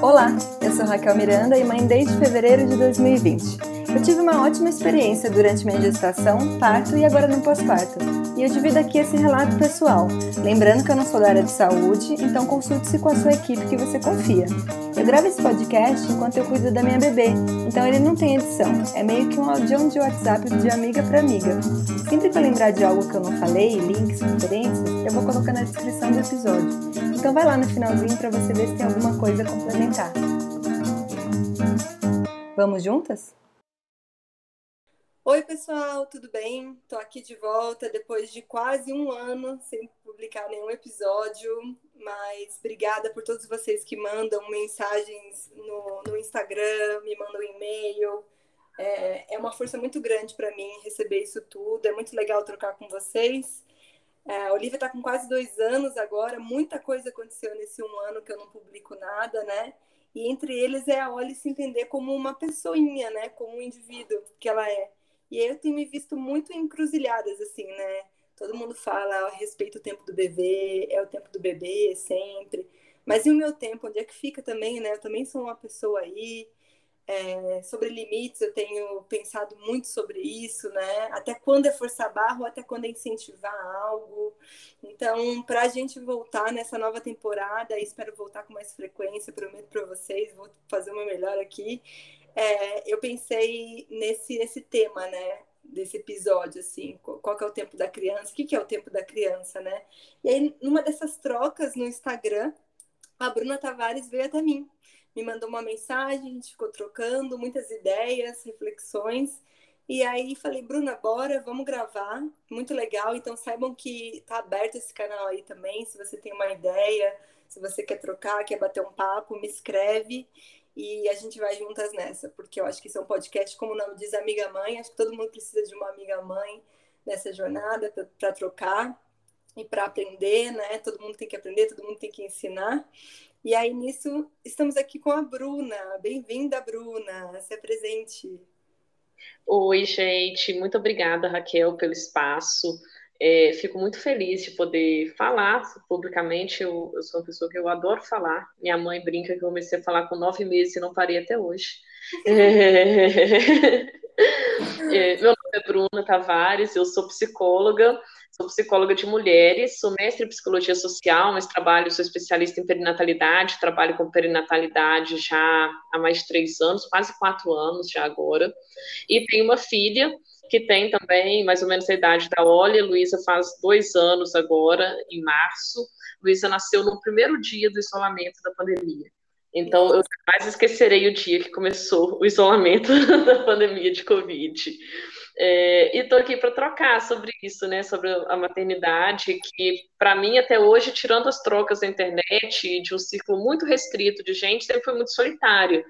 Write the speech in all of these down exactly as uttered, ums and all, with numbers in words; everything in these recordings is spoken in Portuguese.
Olá, eu sou Raquel Miranda e mãe desde fevereiro de dois mil e vinte. Eu tive uma ótima experiência durante minha gestação, parto e agora no pós-parto. E eu divido aqui esse relato pessoal, lembrando que eu não sou da área de saúde, então consulte-se com a sua equipe que você confia. Eu gravo esse podcast enquanto eu cuido da minha bebê, então ele não tem edição, é meio que um audião de WhatsApp de amiga para amiga. Sempre que eu lembrar de algo que eu não falei, links, referências, eu vou colocar na descrição do episódio. Então vai lá no finalzinho para você ver se tem alguma coisa a complementar. Vamos juntas? Oi pessoal, tudo bem? Tô aqui de volta depois de quase um ano sem publicar nenhum episódio, mas obrigada por todos vocês que mandam mensagens no, no Instagram, me mandam e-mail. É, é uma força muito grande para mim receber isso tudo, é muito legal trocar com vocês. É, a Olivia tá com quase dois anos agora, muita coisa aconteceu nesse um ano que eu não publico nada, né? E entre eles é a Oli se entender como uma pessoinha, né? Como um indivíduo que ela é. E aí eu tenho me visto muito em encruzilhadas, assim, né? Todo mundo fala a respeito do tempo do bebê, é o tempo do bebê sempre. Mas e o meu tempo, onde é que fica também, né? Eu também sou uma pessoa aí. É, sobre limites, eu tenho pensado muito sobre isso, né? Até quando é forçar a barra ou até quando é incentivar algo. Então, para a gente voltar nessa nova temporada, espero voltar com mais frequência, prometo para vocês, vou fazer o meu melhor aqui. É, eu pensei nesse, nesse tema, né? Desse episódio, assim, qual que é o tempo da criança, o que, que é o tempo da criança, né? E aí, numa dessas trocas no Instagram, a Bruna Tavares veio até mim, me mandou uma mensagem, a gente ficou trocando muitas ideias, reflexões, e aí falei, Bruna, bora, vamos gravar, muito legal, então saibam que tá aberto esse canal aí também, se você tem uma ideia, se você quer trocar, quer bater um papo, me escreve, e a gente vai juntas nessa, porque eu acho que isso é um podcast, como o nome diz, Amiga Mãe, acho que todo mundo precisa de uma amiga mãe nessa jornada para trocar, e para aprender, né? Todo mundo tem que aprender, todo mundo tem que ensinar. E aí, nisso, estamos aqui com a Bruna. Bem-vinda, Bruna. Se apresente. Oi, gente. Muito obrigada, Raquel, pelo espaço. É, fico muito feliz de poder falar publicamente. Eu, eu sou uma pessoa que eu adoro falar. Minha mãe brinca que eu comecei a falar com nove meses e não parei até hoje. É... É, meu nome é Bruna Tavares, eu sou psicóloga, sou psicóloga de mulheres, sou mestre em psicologia social, mas trabalho, sou especialista em perinatalidade, trabalho com perinatalidade já há mais de três anos, quase quatro anos já agora, e tenho uma filha que tem também mais ou menos a idade da Oli. Luísa faz dois anos agora, em março. Luísa nasceu no primeiro dia do isolamento da pandemia. Então, eu jamais esquecerei o dia que começou o isolamento da pandemia de Covid. É, e estou aqui para trocar sobre isso, né, sobre a maternidade, que para mim até hoje, tirando as trocas da internet, de um círculo muito restrito de gente, sempre foi muito solitário,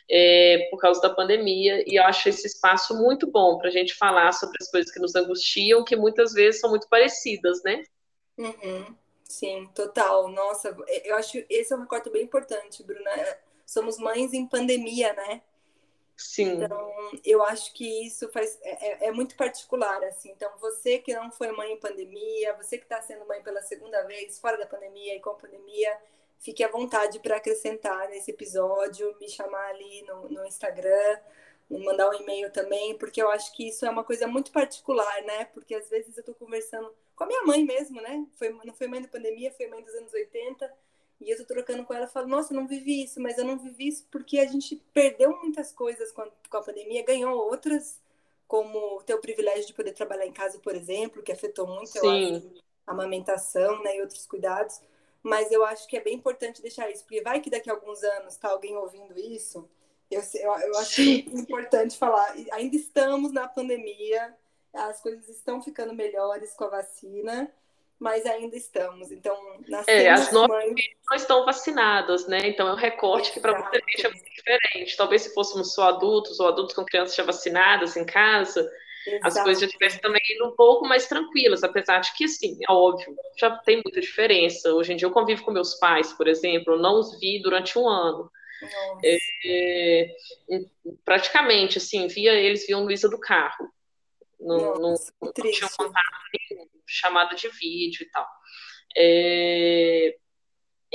é, por causa da pandemia, e eu acho esse espaço muito bom para a gente falar sobre as coisas que nos angustiam, que muitas vezes são muito parecidas, né? Uhum. Sim, total. Nossa, eu acho esse é um recorte bem importante, Bruna. Somos mães em pandemia, né? Sim. Então, eu acho que isso faz, é, é muito particular, assim. Então, você que não foi mãe em pandemia, você que está sendo mãe pela segunda vez, fora da pandemia e com a pandemia, fique à vontade para acrescentar nesse episódio, me chamar ali no, no Instagram, me mandar um e-mail também, porque eu acho que isso é uma coisa muito particular, né? Porque às vezes eu estou conversando com a minha mãe mesmo, né? Foi, não foi mãe da pandemia, foi mãe dos anos oitenta. E eu tô trocando com ela e falo, nossa, eu não vivi isso, mas eu não vivi isso porque a gente perdeu muitas coisas com a, com a pandemia, ganhou outras, como ter o privilégio de poder trabalhar em casa, por exemplo, que afetou muito, Sim. eu acho, a amamentação, né, e outros cuidados. Mas eu acho que é bem importante deixar isso, porque vai que daqui a alguns anos tá alguém ouvindo isso, eu, eu, eu acho Sim. muito importante falar, ainda estamos na pandemia, as coisas estão ficando melhores com a vacina, mas ainda estamos. Então, nascemos é, as nossas mães... não estão vacinadas, né? Então é um recorte que para muita gente é muito diferente. Talvez se fôssemos só adultos ou adultos com crianças já vacinadas em casa, Exato. As coisas já estivessem também indo um pouco mais tranquilas, apesar de que, assim, é óbvio, já tem muita diferença. Hoje em dia eu convivo com meus pais, por exemplo, eu não os vi durante um ano. É, é, praticamente, assim, via eles viam Luísa do carro. Não, Nossa, não, não tinha contato nenhum, chamada de vídeo e tal. É,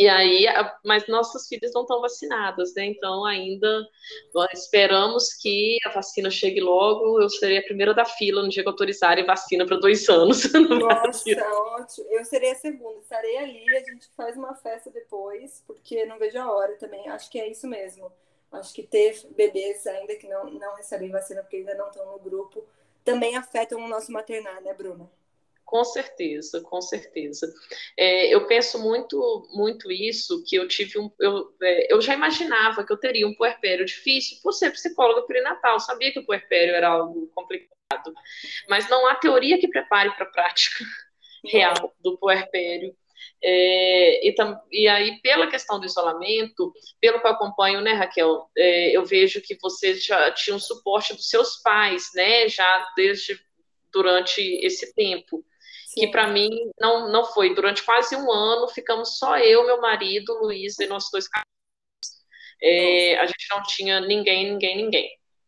E aí, mas nossas filhas não estão vacinadas, né? Então, ainda esperamos que a vacina chegue logo. Eu serei a primeira da fila no dia que autorizarem vacina para dois anos no Brasil. Nossa, ótimo. Eu serei a segunda, estarei ali, a gente faz uma festa depois, porque não vejo a hora também. Acho que é isso mesmo. Acho que ter bebês ainda que não, não recebem vacina, porque ainda não estão no grupo, também afetam o nosso maternar, né, Bruna? Com certeza, com certeza. É, eu penso muito, muito isso, que eu tive um. Eu, é, eu já imaginava que eu teria um puerpério difícil por ser psicóloga perinatal. Sabia que o puerpério era algo complicado, mas não há teoria que prepare para a prática real do puerpério. É, e, tam, e aí, pela questão do isolamento, pelo que eu acompanho, né, Raquel, é, eu vejo que você já tinha um suporte dos seus pais, né, já desde durante esse tempo. Sim. Que para mim não, não foi. Durante quase um ano, ficamos só eu, meu marido, Luiz e nossos dois cachorros. É, a gente não tinha ninguém, ninguém, ninguém.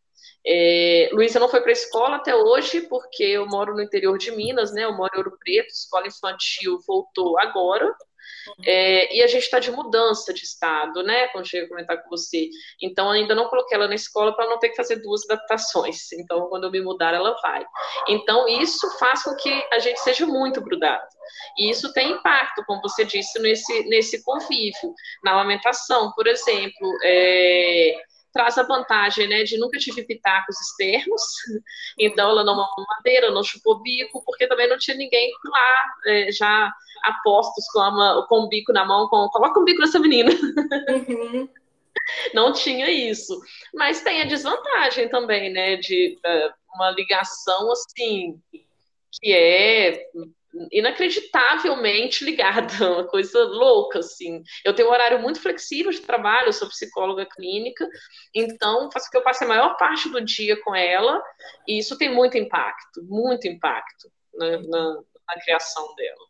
É, Luísa não foi para a escola até hoje, porque eu moro no interior de Minas, né? Eu moro em Ouro Preto, escola infantil voltou agora. É, e a gente está de mudança de estado, né? Quando cheguei a comentar com você. Então, ainda não coloquei ela na escola para não ter que fazer duas adaptações. Então, quando eu me mudar, ela vai. Então, isso faz com que a gente seja muito grudado. E isso tem impacto, como você disse, nesse, nesse convívio. Na amamentação, por exemplo, é, traz a vantagem, né, de nunca tive pitacos externos, então ela não mamou madeira, não chupou bico, porque também não tinha ninguém lá, é, já apostos com, a, com o bico na mão, com, coloca um bico nessa menina. Uhum. Não tinha isso. Mas tem a desvantagem também, né, de uh, uma ligação, assim, que é inacreditavelmente ligada, uma coisa louca, assim. Eu tenho um horário muito flexível de trabalho, eu sou psicóloga clínica, então faço que eu passe a maior parte do dia com ela, e isso tem muito impacto, muito impacto na, na, na criação dela.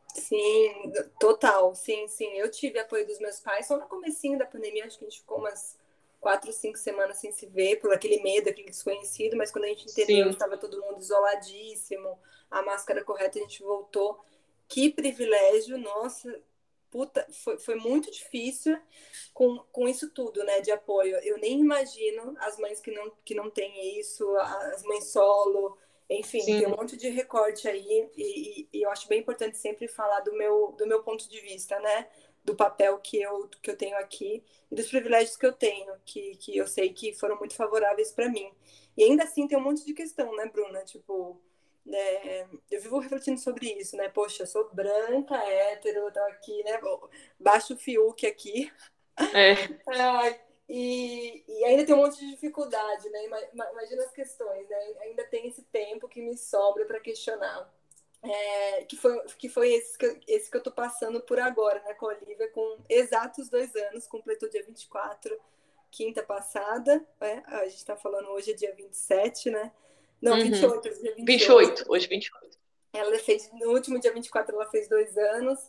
Sim, total, sim, sim. Eu tive apoio dos meus pais só no comecinho da pandemia, acho que a gente ficou umas quatro, cinco semanas sem se ver, por aquele medo, aquele desconhecido, mas quando a gente entendeu que estava todo mundo isoladíssimo, a máscara correta, a gente voltou. Que privilégio, nossa, puta, foi, foi muito difícil com, com isso tudo, né, de apoio. Eu nem imagino as mães que não, que não têm isso, as mães solo, enfim, Sim. tem um monte de recorte aí, e, e eu acho bem importante sempre falar do meu, do meu ponto de vista, né, do papel que eu, que eu tenho aqui e dos privilégios que eu tenho, que, que eu sei que foram muito favoráveis para mim. E ainda assim tem um monte de questão, né, Bruna? Tipo, é, eu vivo refletindo sobre isso, né? Poxa, eu sou branca, hétero, tô aqui, né? Baixo o Fiuk aqui. É. Ai, e, e ainda tem um monte de dificuldade, né? Imagina as questões, né? Ainda tem esse tempo que me sobra para questionar. É, que foi, que foi esse, que, esse que eu tô passando por agora, né, com a Olivia, com exatos dois anos, completou dia vinte e quatro, quinta passada, né? A gente tá falando hoje é dia vinte e sete, né? Não, uhum. vinte e oito, dia vinte e oito. vinte e oito, hoje vinte e oito. Ela fez, no último dia vinte e quatro, ela fez dois anos.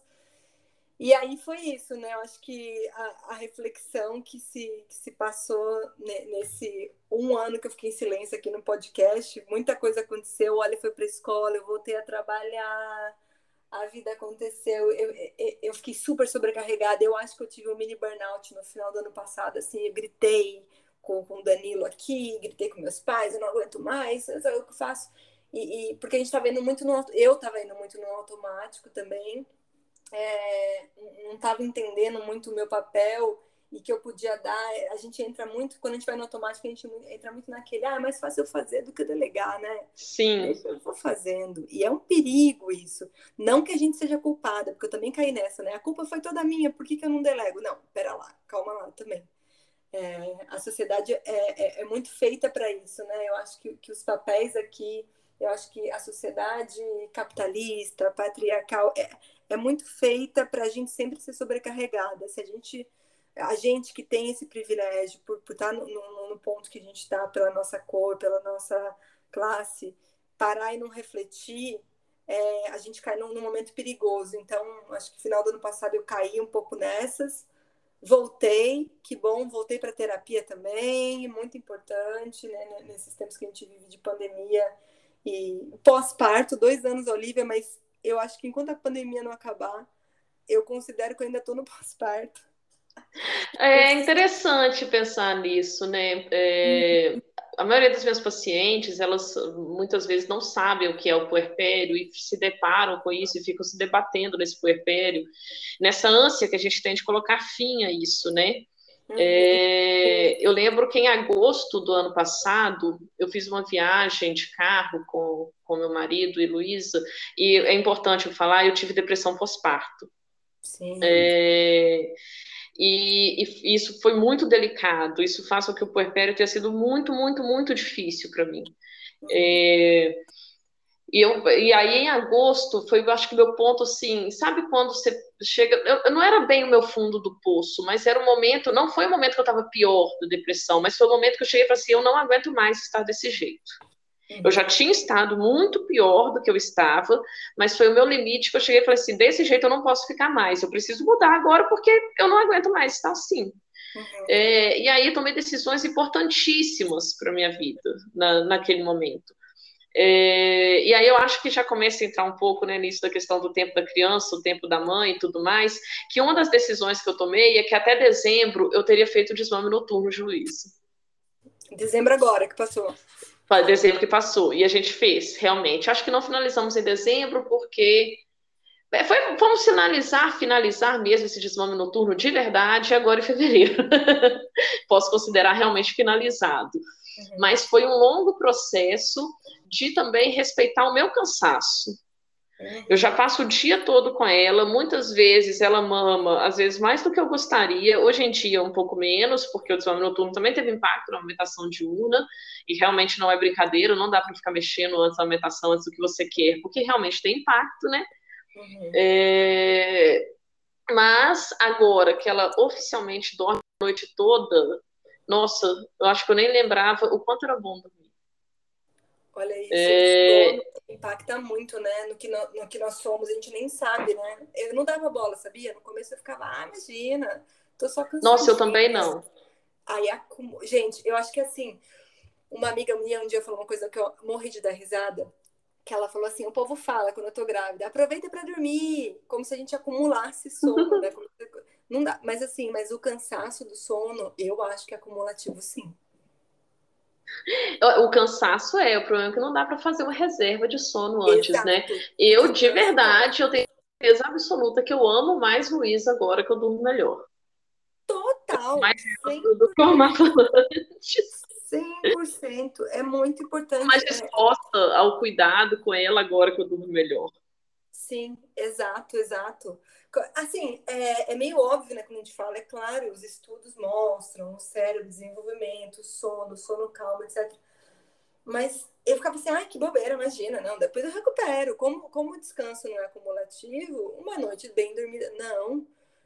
E aí foi isso, né? Eu acho que a, a reflexão que se, que se passou nesse um ano que eu fiquei em silêncio aqui no podcast, muita coisa aconteceu. O Oli foi para a escola, eu voltei a trabalhar, a vida aconteceu. Eu, eu, eu fiquei super sobrecarregada. Eu acho que eu tive um mini burnout no final do ano passado. Assim, eu gritei com, com o Danilo aqui, gritei com meus pais, eu não aguento mais, sabe o que eu faço? E, e, porque a gente estava indo muito no... Eu estava indo muito no automático também. É, não estava entendendo muito o meu papel e que eu podia dar. A gente entra muito, quando a gente vai no automático, a gente entra muito naquele, ah, é mais fácil eu fazer do que delegar, né? Sim. Eu vou fazendo. E é um perigo isso. Não que a gente seja culpada, porque eu também caí nessa, né? A culpa foi toda minha, por que, que eu não delego? Não, pera lá, calma lá também. É, a sociedade é, é, é muito feita para isso, né? Eu acho que, que os papéis aqui, eu acho que a sociedade capitalista, patriarcal, é, é muito feita para a gente sempre ser sobrecarregada. Se a gente, a gente que tem esse privilégio, por, por estar no, no, no ponto que a gente está, pela nossa cor, pela nossa classe, parar e não refletir, é, a gente cai num, num momento perigoso. Então, acho que no final do ano passado eu caí um pouco nessas, voltei, que bom, voltei para terapia também, muito importante, né, nesses tempos que a gente vive de pandemia e pós-parto, dois anos, Olivia, mas eu acho que enquanto a pandemia não acabar, eu considero que eu ainda tô no pós-parto. É interessante pensar nisso, né? É, a maioria das minhas pacientes, elas muitas vezes não sabem o que é o puerpério e se deparam com isso e ficam se debatendo nesse puerpério, nessa ânsia que a gente tem de colocar fim a isso, né? É, eu lembro que em agosto do ano passado, eu fiz uma viagem de carro com, com meu marido e Luísa, e é importante eu falar, eu tive depressão pós-parto. Sim. É, e, e isso foi muito delicado, isso faz com que o puerpério tenha sido muito, muito, muito difícil para mim. É, e, eu, e aí em agosto foi, eu acho que meu ponto assim, sabe quando você chega, eu, eu não era bem o meu fundo do poço, mas era um momento, não foi o momento que eu estava pior da depressão, mas foi o momento que eu cheguei e falei assim, eu não aguento mais estar desse jeito. Eu já tinha estado muito pior do que eu estava, mas foi o meu limite que eu cheguei e falei assim, desse jeito eu não posso ficar mais, eu preciso mudar agora porque eu não aguento mais estar assim. Uhum. É, e aí eu tomei decisões importantíssimas para a minha vida na, naquele momento. É, e aí eu acho que já começa a entrar um pouco, né, nisso da questão do tempo da criança, o tempo da mãe e tudo mais, que uma das decisões que eu tomei é que até dezembro eu teria feito o desmame noturno de Luísa. Dezembro agora que passou. Dezembro que passou, e a gente fez, realmente. Acho que não finalizamos em dezembro, porque foi, vamos finalizar, finalizar mesmo esse desmame noturno de verdade agora em fevereiro. Posso considerar realmente finalizado. Uhum. Mas foi um longo processo de também respeitar o meu cansaço. Uhum. Eu já passo o dia todo com ela, muitas vezes ela mama, às vezes mais do que eu gostaria, hoje em dia um pouco menos, porque o desmame noturno também teve impacto na amamentação diurna, e realmente não é brincadeira, não dá para ficar mexendo antes da amamentação, antes do que você quer, porque realmente tem impacto, né? Uhum. É... Mas agora que ela oficialmente dorme a noite toda, nossa, eu acho que eu nem lembrava o quanto era bom dormir. Olha isso, é... o sono impacta muito, né, no que, no, no que nós somos, a gente nem sabe, né? Eu não dava bola, sabia? No começo eu ficava, ah, imagina, tô só cansada. Nossa, eu também não. Aí, acum... gente, eu acho que assim, uma amiga minha um dia falou uma coisa que eu morri de dar risada, que ela falou assim, o povo fala quando eu tô grávida, aproveita para dormir, como se a gente acumulasse sono, né? Não dá, mas assim, mas o cansaço do sono, eu acho que é acumulativo, sim. O cansaço é, o problema é que não dá para fazer uma reserva de sono antes, Exato. Né? Eu, de verdade, eu tenho certeza absoluta que eu amo mais Luísa agora que eu durmo melhor. Total! Mais do que eu amava antes. cem por cento. É muito importante. Mais disposta é... ao cuidado com ela agora que eu durmo melhor. Sim, exato, exato. Assim, é, é meio óbvio, né, quando a gente fala, é claro, os estudos mostram o cérebro, desenvolvimento, sono, sono calmo, etcétera. Mas eu ficava assim, ai, que bobeira, imagina, não, depois eu recupero. Como, como o descanso não é acumulativo, uma noite bem dormida, não.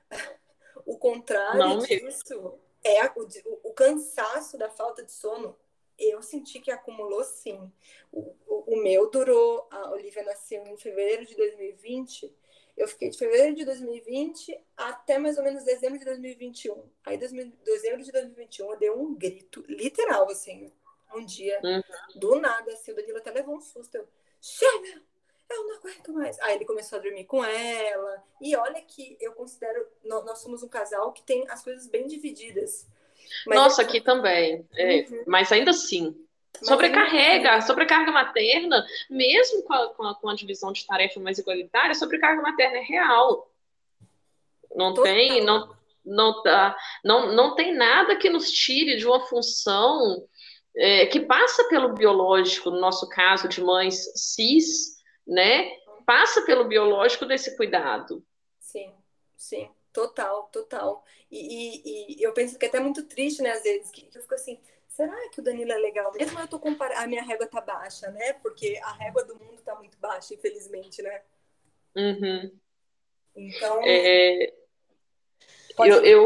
O contrário não disso é a, o, o cansaço da falta de sono. Eu senti que acumulou, sim. O, o, o meu durou, a Olivia nasceu em fevereiro de dois mil e vinte. Eu fiquei de fevereiro de dois mil e vinte até mais ou menos dezembro de dois mil e vinte e um. Aí, dezembro de dois mil e vinte e um, eu dei um grito, literal, assim. Um dia, uhum. do nada, assim, o Danilo até levou um susto. Eu, chega! Eu não aguento mais. Aí ele começou a dormir com ela. E olha que eu considero, nós somos um casal que tem as coisas bem divididas. Mas Nossa, aqui também. É, uhum. Mas ainda assim. Mas sobrecarrega, assim. Sobrecarga materna, mesmo com a, com, a, com a divisão de tarefa mais igualitária, sobrecarga materna é real. Não Total. tem, não, não, tá, não, não tem nada que nos tire de uma função é, que passa pelo biológico, no nosso caso de mães cis, né? Passa pelo biológico desse cuidado. Sim, sim. Total, total. E, e, e eu penso que é até muito triste, né, às vezes, que, que eu fico assim, será que o Danilo é legal? Mesmo eu tô comparando, a minha régua tá baixa, né? Porque a régua do mundo tá muito baixa, infelizmente, né? Uhum. Então... É... Eu, eu,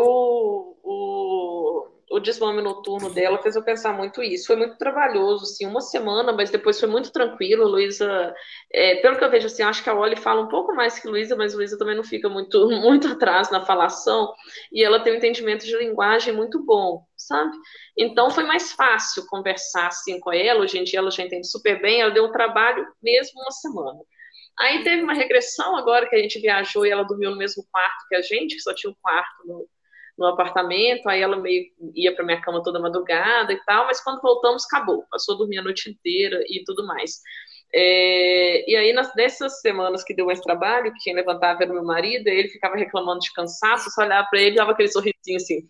o, o desmame noturno dela fez eu pensar muito isso. Foi muito trabalhoso, assim, uma semana, mas depois foi muito tranquilo. Luísa, é, pelo que eu vejo, assim, acho que a Oli fala um pouco mais que Luísa, mas Luísa também não fica muito, muito atrás na falação, e ela tem um entendimento de linguagem muito bom, sabe? Então foi mais fácil conversar assim com ela. Hoje em dia ela já entende super bem, ela deu um trabalho mesmo uma semana. Aí teve uma regressão agora que a gente viajou e ela dormiu no mesmo quarto que a gente, que só tinha um quarto no, no apartamento, aí ela meio ia para minha cama toda madrugada e tal, mas quando voltamos, acabou. Passou a dormir a noite inteira e tudo mais. É, e aí, nas, nessas semanas que deu mais trabalho, que quem levantava era meu marido, ele ficava reclamando de cansaço, só olhava para ele e dava aquele sorrisinho assim,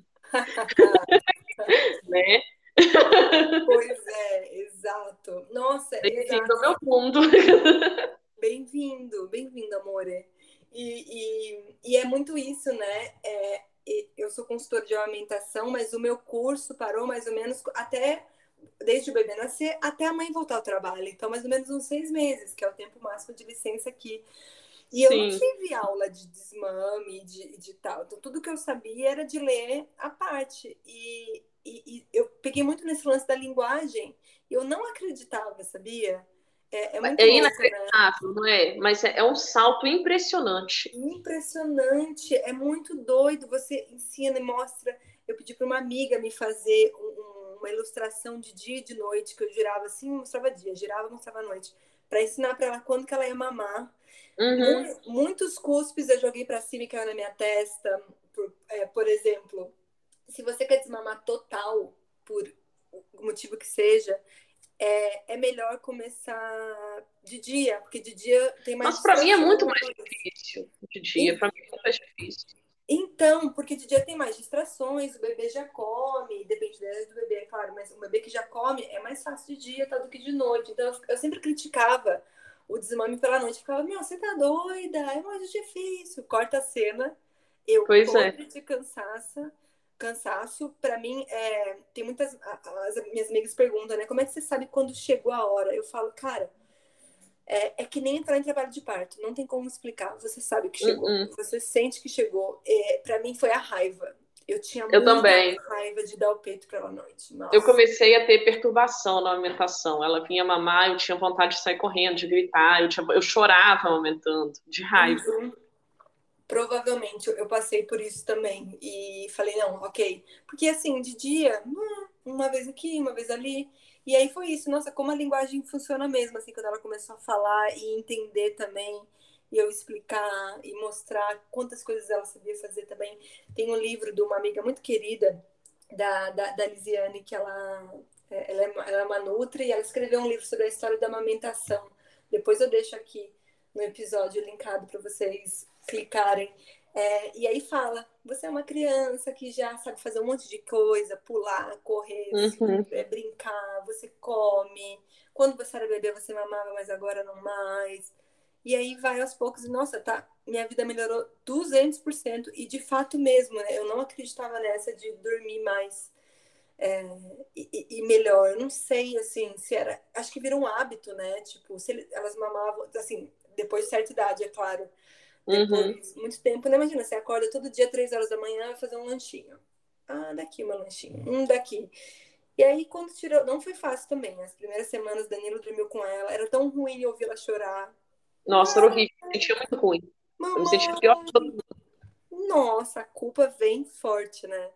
né? Pois é, exato. Nossa, Bem-vindo exato. ao meu mundo. Bem-vindo, bem-vindo, amore. E, e, e é muito isso, né? É, eu sou consultora de amamentação, mas o meu curso parou mais ou menos até desde o bebê nascer até a mãe voltar ao trabalho. Então, mais ou menos uns seis meses, que é o tempo máximo de licença aqui. E eu não Sim. tive aula de desmame, de, de tal. Então, tudo que eu sabia era de ler a parte. E, e, e eu peguei muito nesse lance da linguagem. Eu não acreditava, sabia? É, é muito É louco, né? inacreditável, não é? Mas é, é um salto impressionante. Impressionante, é muito doido. Você ensina e mostra. Eu pedi para uma amiga me fazer um, uma ilustração de dia e de noite, que eu girava assim, mostrava dia, girava, mostrava noite, para ensinar para ela quando que ela ia mamar. Uhum. Muitos cuspes eu joguei para cima e caiu na minha testa. Por, é, por exemplo, se você quer desmamar total, por o motivo que seja, é, é melhor começar de dia, porque de dia tem mais Mas para mim é muito mais distrações. difícil de dia, para mim é muito mais difícil. Então, porque de dia tem mais distrações, o bebê já come, depende da idade do bebê, é claro, mas um bebê que já come é mais fácil de dia tá, do que de noite. Então, eu, eu sempre criticava o desmame pela noite. Ficava, meu, você tá doida, é mais difícil. Corta a cena, eu Pois é. podre de cansaço. Cansaço, para mim, é, tem muitas. As minhas amigas perguntam, né? Como é que você sabe quando chegou a hora? Eu falo, cara, é, é que nem entrar em trabalho de parto, não tem como explicar. Você sabe que chegou, Uh-uh. você sente que chegou. É, para mim foi a raiva. Eu tinha Eu muita também. raiva de dar o peito para ela à noite. Nossa. Eu comecei a ter perturbação na amamentação. Ela vinha mamar, eu tinha vontade de sair correndo, de gritar, eu, tinha, eu chorava amamentando, de raiva. Uhum. Provavelmente eu passei por isso também. E falei, não, ok. Porque assim, de dia, uma vez aqui, uma vez ali. E aí foi isso. Nossa, como a linguagem funciona mesmo, assim, quando ela começou a falar e entender também, e eu explicar e mostrar quantas coisas ela sabia fazer também. Tem um livro de uma amiga muito querida, da, da, da Lisiane, que ela, ela, é, ela é uma nutri, e ela escreveu um livro sobre a história da amamentação. Depois eu deixo aqui no episódio linkado para vocês clicarem. É, e aí fala, você é uma criança que já sabe fazer um monte de coisa, pular, correr, Uhum. é, brincar, você come. Quando você era bebê, você mamava, mas agora não mais. E aí vai aos poucos, e nossa, tá, minha vida melhorou duzentos por cento. E de fato mesmo, né? Eu não acreditava nessa de dormir mais é, e, e melhor. Eu não sei, assim, se era... Acho que virou um hábito, né? Tipo, se ele, elas mamavam, assim, depois de certa idade, é claro. Depois, Uhum. muito tempo, né? Imagina, você acorda todo dia, três horas da manhã, vai fazer um lanchinho. Ah, daqui uma lanchinho, um daqui. E aí, quando tirou, não foi fácil também. As primeiras semanas, Danilo dormiu com ela. Era tão ruim ouvi-la chorar. Nossa, era horrível. Eu me sentia muito ruim. Eu me sentia pior que todo Mamãe! mundo. Nossa, a culpa vem forte, né?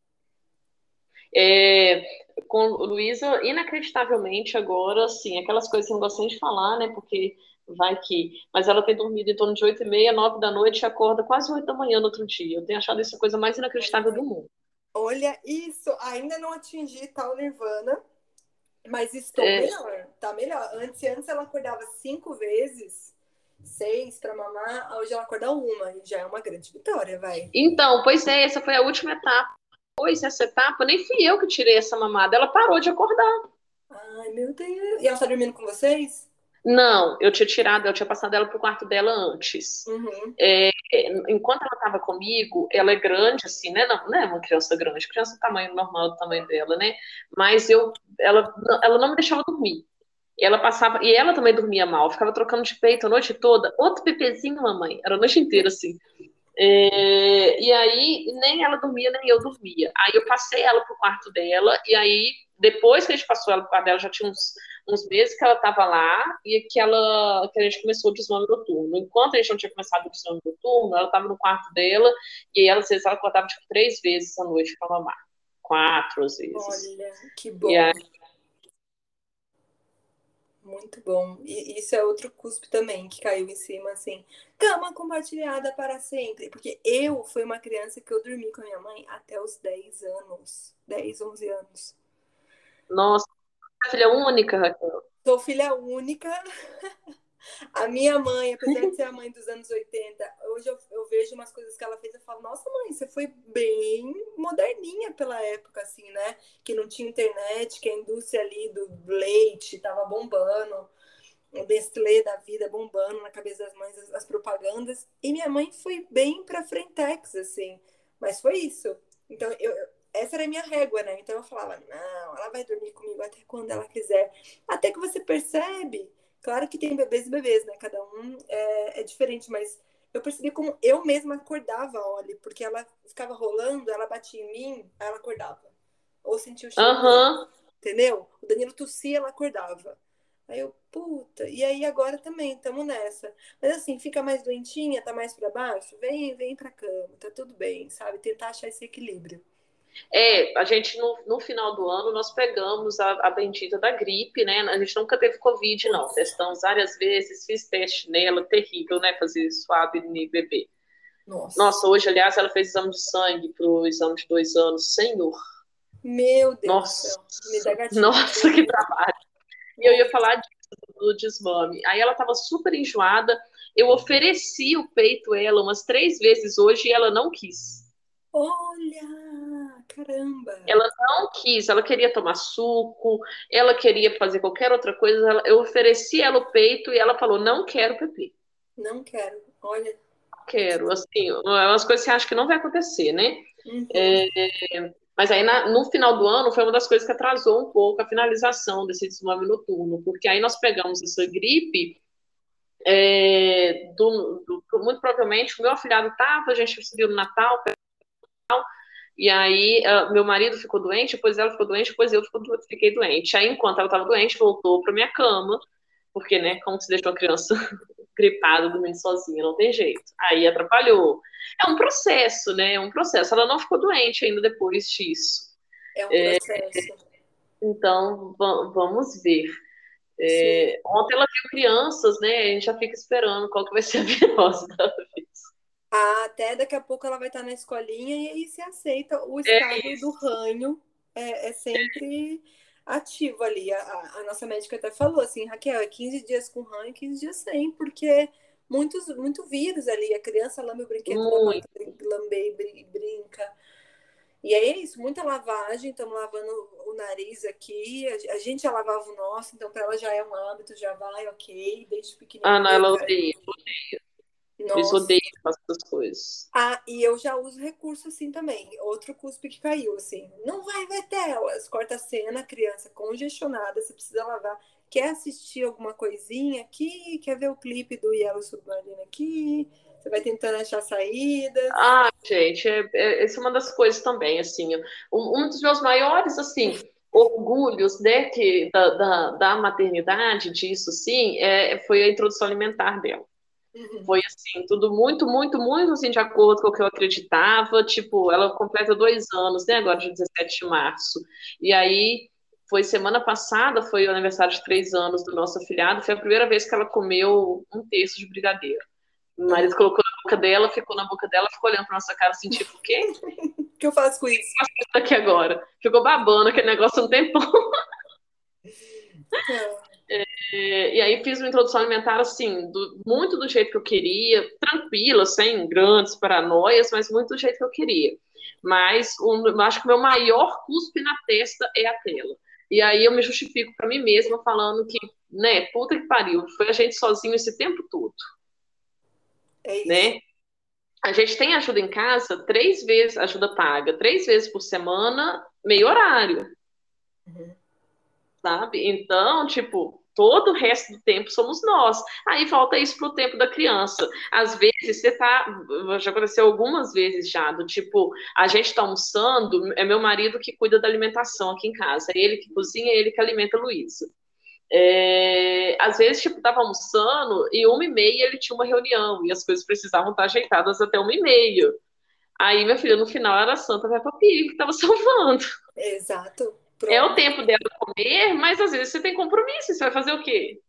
É, com Luísa, inacreditavelmente agora, assim, aquelas coisas que eu não gosto nem de falar, né? Porque vai que. Mas ela tem dormido em torno de oito e meia, nove da noite e acorda quase oito da manhã no outro dia. Eu tenho achado isso a coisa mais inacreditável do mundo. Olha isso, ainda não atingi tal Nirvana, mas estou É, melhor, tá melhor. Antes, antes ela acordava cinco vezes, seis para mamar, hoje ela acorda uma, e já é uma grande vitória, vai. então, pois é, essa foi a última etapa. Pois essa etapa, nem fui eu que tirei essa mamada, ela parou de acordar. Ai, meu Deus. E ela tá dormindo com vocês? Não, eu tinha tirado, eu tinha passado ela pro quarto dela antes. Uhum. É, enquanto ela estava comigo, ela é grande, assim, né? Não, não é uma criança grande, criança do tamanho normal do tamanho dela, né? Mas eu, ela, ela não me deixava dormir. Ela passava, e ela também dormia mal, ficava trocando de peito a noite toda. Outro bebezinho, mamãe, era a noite inteira, assim. É, e aí, nem ela dormia, nem eu dormia. Aí eu passei ela pro quarto dela, e aí, depois que a gente passou ela pro quarto dela, já tinha uns, uns meses que ela estava lá, e que, ela, que a gente começou o desmame noturno. Enquanto a gente não tinha começado o desmame noturno, ela estava no quarto dela, e aí, às vezes ela acordava, tipo, três vezes à noite para mamar. Quatro, às vezes. Olha, que E bom. aí, Muito bom. E isso é outro cuspe também que caiu em cima, assim. Cama compartilhada para sempre. Porque eu fui uma criança que eu dormi com a minha mãe até os dez anos. Dez, onze anos. Nossa, filha única, Raquel. Sou filha única. A minha mãe, apesar de ser a mãe dos anos oitenta, hoje eu, eu vejo umas coisas que ela fez e falo, nossa mãe, você foi bem moderninha pela época, assim, né? Que não tinha internet, que a indústria ali do leite tava bombando, o Nestlé da vida bombando na cabeça das mães, as, as propagandas. E minha mãe foi bem pra frentex, assim. Mas foi isso. Então, eu, essa era a minha régua, né? Então eu falava, não, ela vai dormir comigo até quando ela quiser. Até que você percebe. Claro que tem bebês e bebês, né? Cada um é, é diferente, mas eu percebi como eu mesma acordava a Oli, porque ela ficava rolando, ela batia em mim, aí ela acordava. Ou sentia o cheiro, Aham. entendeu? O Danilo tossia, ela acordava. Aí eu, puta, e aí agora também, tamo nessa. Mas assim, fica mais doentinha, tá mais pra baixo, vem, vem pra cama, tá tudo bem, sabe? Tentar achar esse equilíbrio. É, a gente no, no final do ano nós pegamos a, a bendita da gripe, né? A gente nunca teve Covid, não. Testamos várias vezes, fiz teste nela, terrível, né? Fazer suave no bebê. Nossa. Nossa, hoje, aliás, ela fez exame de sangue pro exame de dois anos, senhor. Meu Deus Nossa, do céu. Me dá gatilho. nossa, que trabalho. E eu ia falar disso, do desmame. Aí ela tava super enjoada. Eu ofereci o peito a ela umas três vezes hoje e ela não quis. Olha, caramba. Ela não quis, ela queria tomar suco, ela queria fazer qualquer outra coisa. Ela, eu ofereci ela o peito e ela falou: não quero Pepe. Não quero, olha. Não quero. Assim, umas coisas que você acha que não vai acontecer, né? Uhum. É, mas aí na, no final do ano foi uma das coisas que atrasou um pouco a finalização desse desmame noturno, porque aí nós pegamos essa gripe. É, do, do, muito provavelmente o meu afilhado estava, a gente se viu no Natal. E aí, uh, meu marido ficou doente, depois ela ficou doente, depois eu fiquei doente. Aí, enquanto ela estava doente, voltou para minha cama, porque, né, como se deixa uma criança gripada dormindo sozinha, não tem jeito. Aí atrapalhou. É um processo, né? É um processo. Ela não ficou doente ainda depois disso. É um processo. É, então, vamos ver. É, ontem ela viu crianças, né? A gente já fica esperando qual que vai ser a virose da vez. Ah, até daqui a pouco ela vai estar na escolinha e aí se aceita o estado é do ranho é, é sempre ativo ali. A, a, nossa médica até falou assim, Raquel, é quinze dias com ranho, quinze dias sem, porque muitos, muito vírus ali. A criança lambe o brinquedo, lambe e brinca. E aí é isso, muita lavagem, estamos lavando o nariz aqui, a gente já lavava o nosso, então para ela já é um hábito, já vai, ok, desde pequenininha. Ah, não, ela odeia, odeia. Nossa. Eles odeiam essas coisas. Ah, e eu já uso recurso assim também. Outro cuspe que caiu, assim. Não vai ver telas. Corta a cena, criança congestionada, você precisa lavar. Quer assistir alguma coisinha aqui? Quer ver o clipe do Yellow Submarino aqui? Você vai tentando achar saídas. Ah, gente, é, é, essa é uma das coisas também, assim. Um, um dos meus maiores, assim, orgulhos, né, que, da, da, da maternidade, disso, sim, é, foi a introdução alimentar dela. Uhum. Foi, assim, tudo muito, muito, muito, assim, de acordo com o que eu acreditava. Tipo, ela completa dois anos, né, agora de dezessete de março. E aí, foi semana passada, foi o aniversário de três anos do nosso afilhado, foi a primeira vez que ela comeu um terço de brigadeiro. O marido uhum. colocou na boca dela, ficou na boca dela, ficou olhando pra nossa cara, assim, tipo, o quê? O que eu faço com isso? O que eu faço com isso aqui agora? Ficou babando aquele negócio um tempão. É, e aí fiz uma introdução alimentar, assim, do, muito do jeito que eu queria, tranquila, sem grandes paranoias, mas muito do jeito que eu queria. Mas um, eu acho que o meu maior cuspe na testa é a tela. E aí eu me justifico pra mim mesma falando que, né, puta que pariu, foi a gente sozinho esse tempo todo. É isso. Né? A gente tem ajuda em casa três vezes, ajuda paga, três vezes por semana, meio horário. Uhum. Sabe? Então, tipo, todo o resto do tempo somos nós. Aí falta isso pro tempo da criança. Às vezes você tá, já aconteceu algumas vezes já, do tipo, a gente tá almoçando, é meu marido que cuida da alimentação aqui em casa, é ele que cozinha, é ele que alimenta a Luísa. É, às vezes, tipo, tava almoçando e uma e meia ele tinha uma reunião e as coisas precisavam estar ajeitadas até uma e meia. Aí, minha filha, no final era a Santa Peppa Pig que tava salvando. Exato. É o Pronto. tempo dela comer, mas às vezes você tem compromisso, você vai fazer o quê?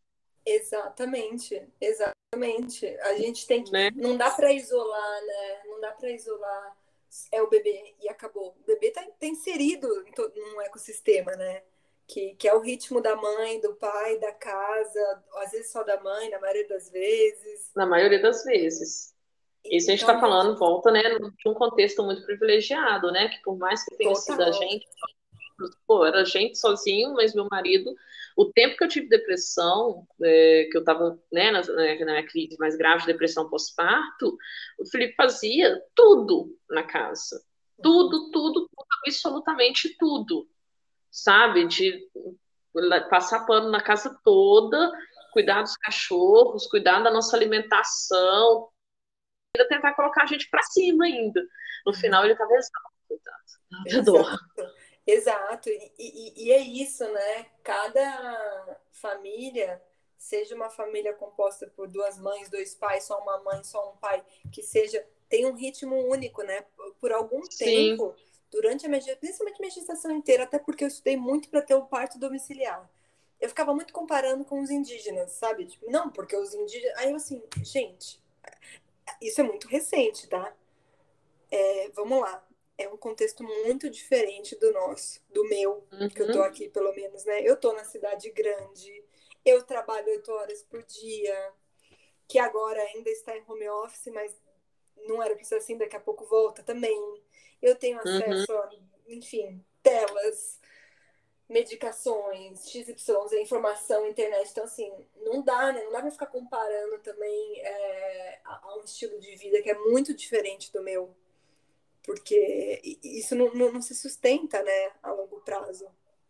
Exatamente, exatamente. A gente tem que. Né? Não dá para isolar, né? Não dá para isolar. É o bebê e acabou. O bebê tá, tá inserido em todo, num ecossistema, né? Que, que é o ritmo da mãe, do pai, da casa, às vezes só da mãe, na maioria das vezes. Na maioria das vezes. Isso a gente Então está a gente. falando, volta, né, de um contexto muito privilegiado, né? Que por mais que tenha sido a Total. gente, pô, era a gente sozinho, mas meu marido, o tempo que eu tive depressão, é, que eu estava, né, na, na minha crise mais grave de depressão pós-parto, o Felipe fazia tudo na casa. Tudo, tudo, tudo, absolutamente tudo. Sabe? De passar pano na casa toda, cuidar dos cachorros, cuidar da nossa alimentação, ainda tentar colocar a gente para cima ainda. No final ele estava exausto, coitado. Dor. Exato, exato. E, e, e é isso, né? Cada família, seja uma família composta por duas mães, dois pais, só uma mãe, só um pai, que seja, tem um ritmo único, né? Por, por algum Sim. tempo, durante a minha, principalmente a minha gestação inteira, até porque eu estudei muito para ter o parto domiciliar. Eu ficava muito comparando com os indígenas, sabe? Tipo, não, porque os indígenas. Aí eu assim, gente, isso é muito recente, tá? É, vamos lá. É um contexto muito diferente do nosso, do meu, Uhum. que eu tô aqui, pelo menos, né? Eu tô na cidade grande, eu trabalho oito horas por dia, que agora ainda está em home office, mas não era pra ser assim, daqui a pouco volta também. Eu tenho acesso Uhum. a, enfim, telas, medicações, X Y Z, informação, internet. Então, assim, não dá, né? Não dá pra ficar comparando também é, a um estilo de vida que é muito diferente do meu. Porque isso não, não, não se sustenta, né, a longo prazo.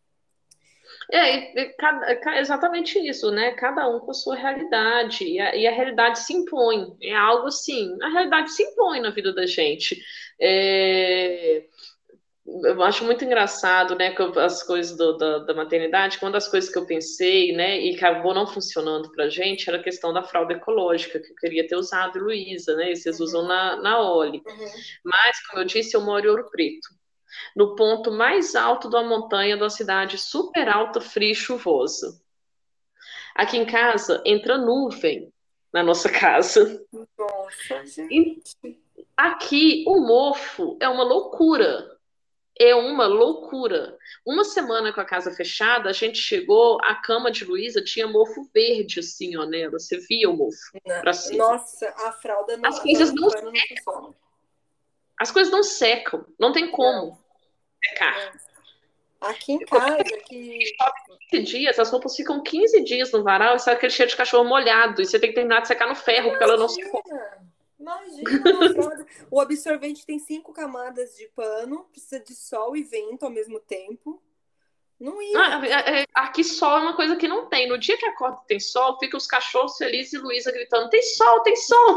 É, e, cada, exatamente isso, né? Cada um com a sua realidade. E a, e a realidade se impõe. É algo assim, a realidade se impõe na vida da gente. É, eu acho muito engraçado, né, que eu, as coisas do, da, da maternidade, uma das coisas que eu pensei, né, e acabou não funcionando pra gente, era a questão da fralda ecológica, que eu queria ter usado, Luísa, né, e vocês Uhum. usam na, na Oli. Uhum. Mas, como eu disse, eu moro em Ouro Preto, no ponto mais alto da montanha de uma cidade super alta, fria e chuvosa. Aqui em casa, entra nuvem na nossa casa. Nossa, E gente. aqui, o mofo é uma loucura. É uma loucura. Uma semana com a casa fechada, a gente chegou, a cama de Luísa tinha mofo verde, assim, ó, nela. Você via o mofo pra cima. Nossa, a fralda não, As a coisas fralda de não, pano não funciona. as coisas não secam, não tem Não, como secar. não. Aqui em casa, que quinze dias, as roupas ficam quinze dias no varal e sai aquele cheiro de cachorro molhado. E você tem que terminar de secar no ferro, porque ela não secou. imagina, imagina uma fralda. O absorvente tem cinco camadas de pano, precisa de sol e vento ao mesmo tempo. Não ia. Ah, é- é- aqui sol é uma coisa que não tem. No dia que acorda e tem sol, fica os cachorros felizes e Luísa gritando: tem sol, tem sol.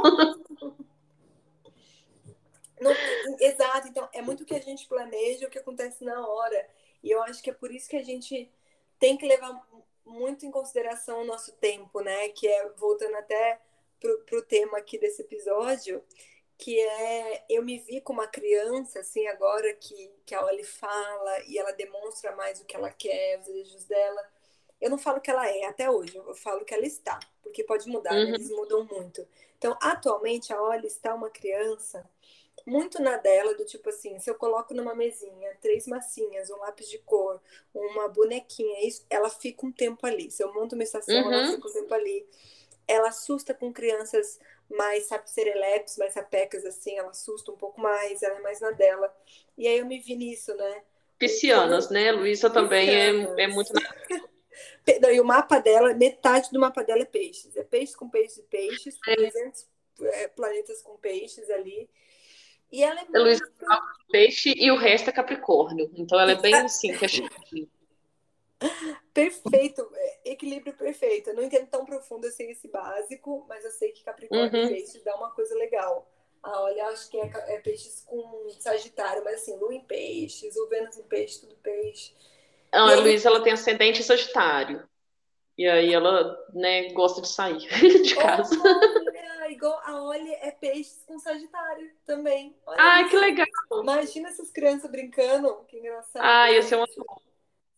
Não, exato, então é muito o que a gente planeja, o que acontece na hora. E eu acho que é por isso que a gente tem que levar muito em consideração o nosso tempo, né? Que é, voltando até pro, pro tema aqui desse episódio, que é eu me vi como uma criança, assim, agora que, que a Oli fala e ela demonstra mais o que ela quer, os desejos dela. Eu não falo que ela é até hoje, eu falo que ela está, porque pode mudar, né? Uhum. Eles mudam muito. Então, atualmente, a Oli está uma criança muito na dela, do tipo assim, se eu coloco numa mesinha três massinhas, um lápis de cor, uma bonequinha, isso, ela fica um tempo ali. Se eu monto uma estação, ela Uhum. fica um tempo ali. Ela assusta com crianças mais, sabe, serelepes, mais sapecas, assim, ela assusta um pouco mais, ela é mais na dela. E aí eu me vi nisso, né? Piscianas, né? Luísa também é, é muito. E o mapa dela, metade do mapa dela é peixes. É peixes com peixes e peixes, trezentos é, planetas com peixes ali. E ela é A Luísa muito. é peixe e o resto é Capricórnio. Então ela é bem assim, fechadinha. Perfeito, equilíbrio perfeito. Eu não entendo tão profundo assim esse básico, mas eu sei que Capricórnio Uhum. e Peixes dá uma coisa legal. Ah, olha, acho que é, é Peixes com Sagitário, mas assim, Lua em Peixes, o Vênus em Peixes, tudo Peixe. Não, E a aí, Luísa ela tem ascendente Sagitário. E aí ela, né, gosta de sair de casa. olha, igual a Olha é Peixes com Sagitário também. Olha Ai, que isso. legal. Imagina essas crianças brincando, que engraçado. Ah, ia ser uma...